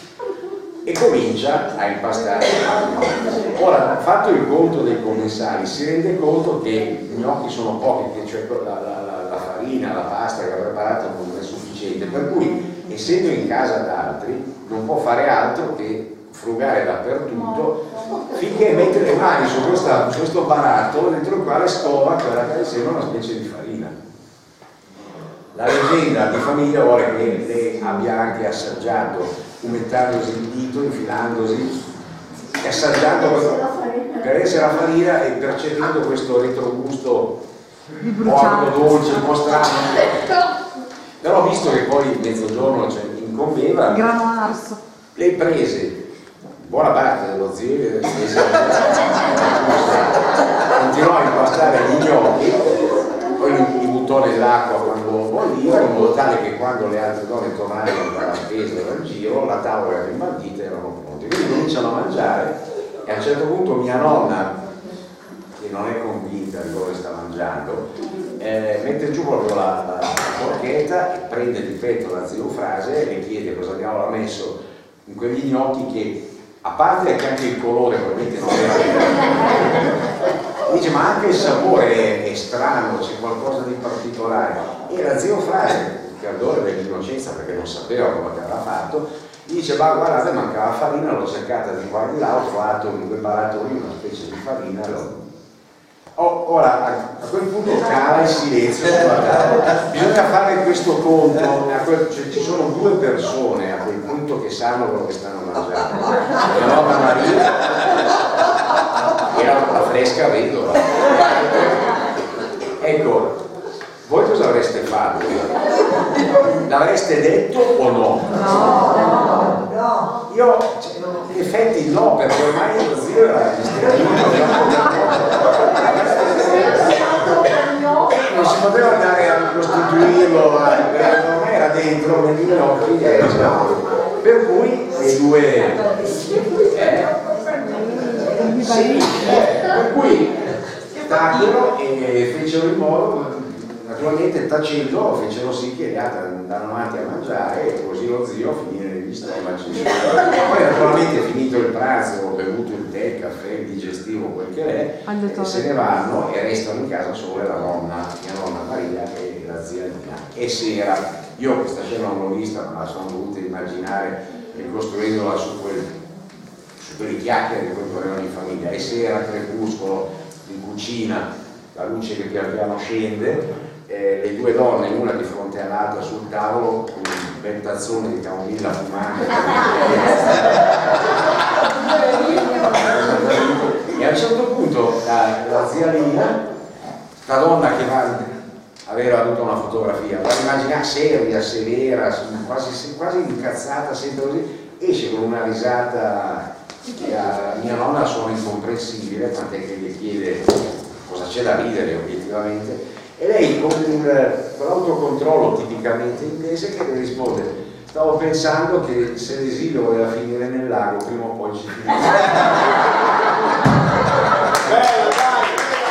e comincia a impastare. Ora, fatto il conto dei commensali, si rende conto che i gnocchi sono pochi, che cioè la farina, la pasta che ha preparato non è sufficiente, per cui, essendo in casa d'altri, non può fare altro che frugare dappertutto finché mette le mani mani su questo baratto dentro il quale scova quella che sembra una specie di farina. La leggenda di famiglia vuole che lei abbia anche assaggiato, umettandosi il dito, infilandosi e assaggiando per essere la farina e percependo questo retrogusto un po' dolce, un po' strano. Però visto che poi mezzogiorno incombeva, grano arso, lei prese buona parte dello zio, continuò a impastare gli gnocchi, poi li buttò nell'acqua quando bolliva, in modo tale che quando le altre donne tornarono dalla spesa e dal giro, la tavola era rimbandita e erano pronti. Quindi cominciano a mangiare e a un certo punto mia nonna, che non è convinta di quello che sta mangiando, mette giù proprio la forchetta e prende di petto la zio Frase e le chiede cosa diavolo ha messo in quegli gnocchi che, a parte che anche il colore probabilmente non era dice, ma anche il sapore è strano, c'è qualcosa di particolare. E la zio Frase, il cardone dell'innocenza, perché non sapeva come aveva fatto, dice, ma guardate, mancava farina, l'ho cercata di qua di là, ho trovato in quel barattolino una specie di farina. Ora, a quel punto cala il silenzio, bisogna fare questo conto, cioè, ci sono due persone a quel punto che sanno quello che stanno mangiando. La nonna Maria era una fresca vedova. Ecco, voi cosa avreste fatto? L'avreste detto o no? No. Io, in effetti no, perché ormai lo zio era non si poteva andare a costituirlo, ormai era dentro negli occhi, per cui le due per cui tacquero e fecero in modo, naturalmente tacendo, fecero sì che gli altri andarono avanti a mangiare e così lo zio finì negli stomaci. Poi naturalmente finito il pranzo, ho bevuto il tè, il caffè, il digestivo, quel che è, e se ne vanno e restano in casa solo la nonna, mia nonna Maria e la zia Lina. E sera, io questa scena non l'ho vista, ma la sono dovuta immaginare ricostruendola su quelle chiacchiere di quel correvano in famiglia. E sera, crepuscolo, in cucina, la luce che pian piano scende, le due donne, una di fronte all'altra sul tavolo, con un bel tazzone di camomilla fumante. E a un certo punto la zia Lina, la donna che aveva avuto una fotografia, la immagina seria, severa, quasi incazzata, sempre così, esce con una risata che a mia nonna suona incomprensibile, tant'è che gli chiede cosa c'è da ridere obiettivamente, e lei con l'autocontrollo tipicamente inglese che le risponde: stavo pensando che se l'esilio voleva finire nel lago prima o poi ci finisce. Bella, dai!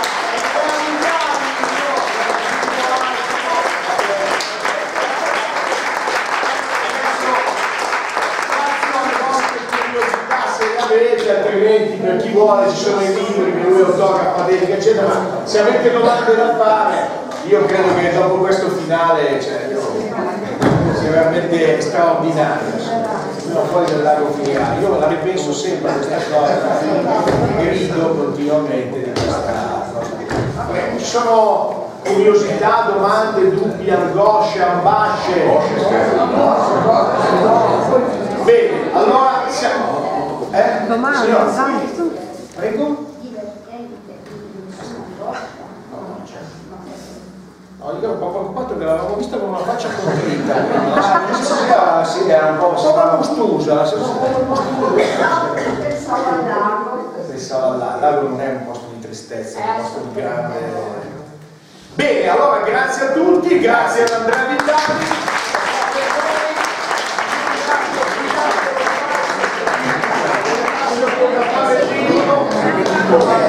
Altrimenti per chi vuole ci sono i libri che lui autografa, dedica eccetera, ma se avete domande da fare io credo che dopo questo finale sia veramente straordinario, no, poi del lago finirà, io la ripenso sempre a questa cosa e rido continuamente di questa cosa. Ci sono curiosità, domande, dubbi, angosce, ambasce? Bene, allora siamo domani, vai tu. Prego? No, io ero un po' preoccupato che l'avevamo vista con una faccia contrita. Sì, era un po' gustosa. Pensavo al lago. Lago non è un posto di tristezza, è un posto di grande. Bene, allora grazie a tutti, grazie ad Andrea Vitali. Grazie.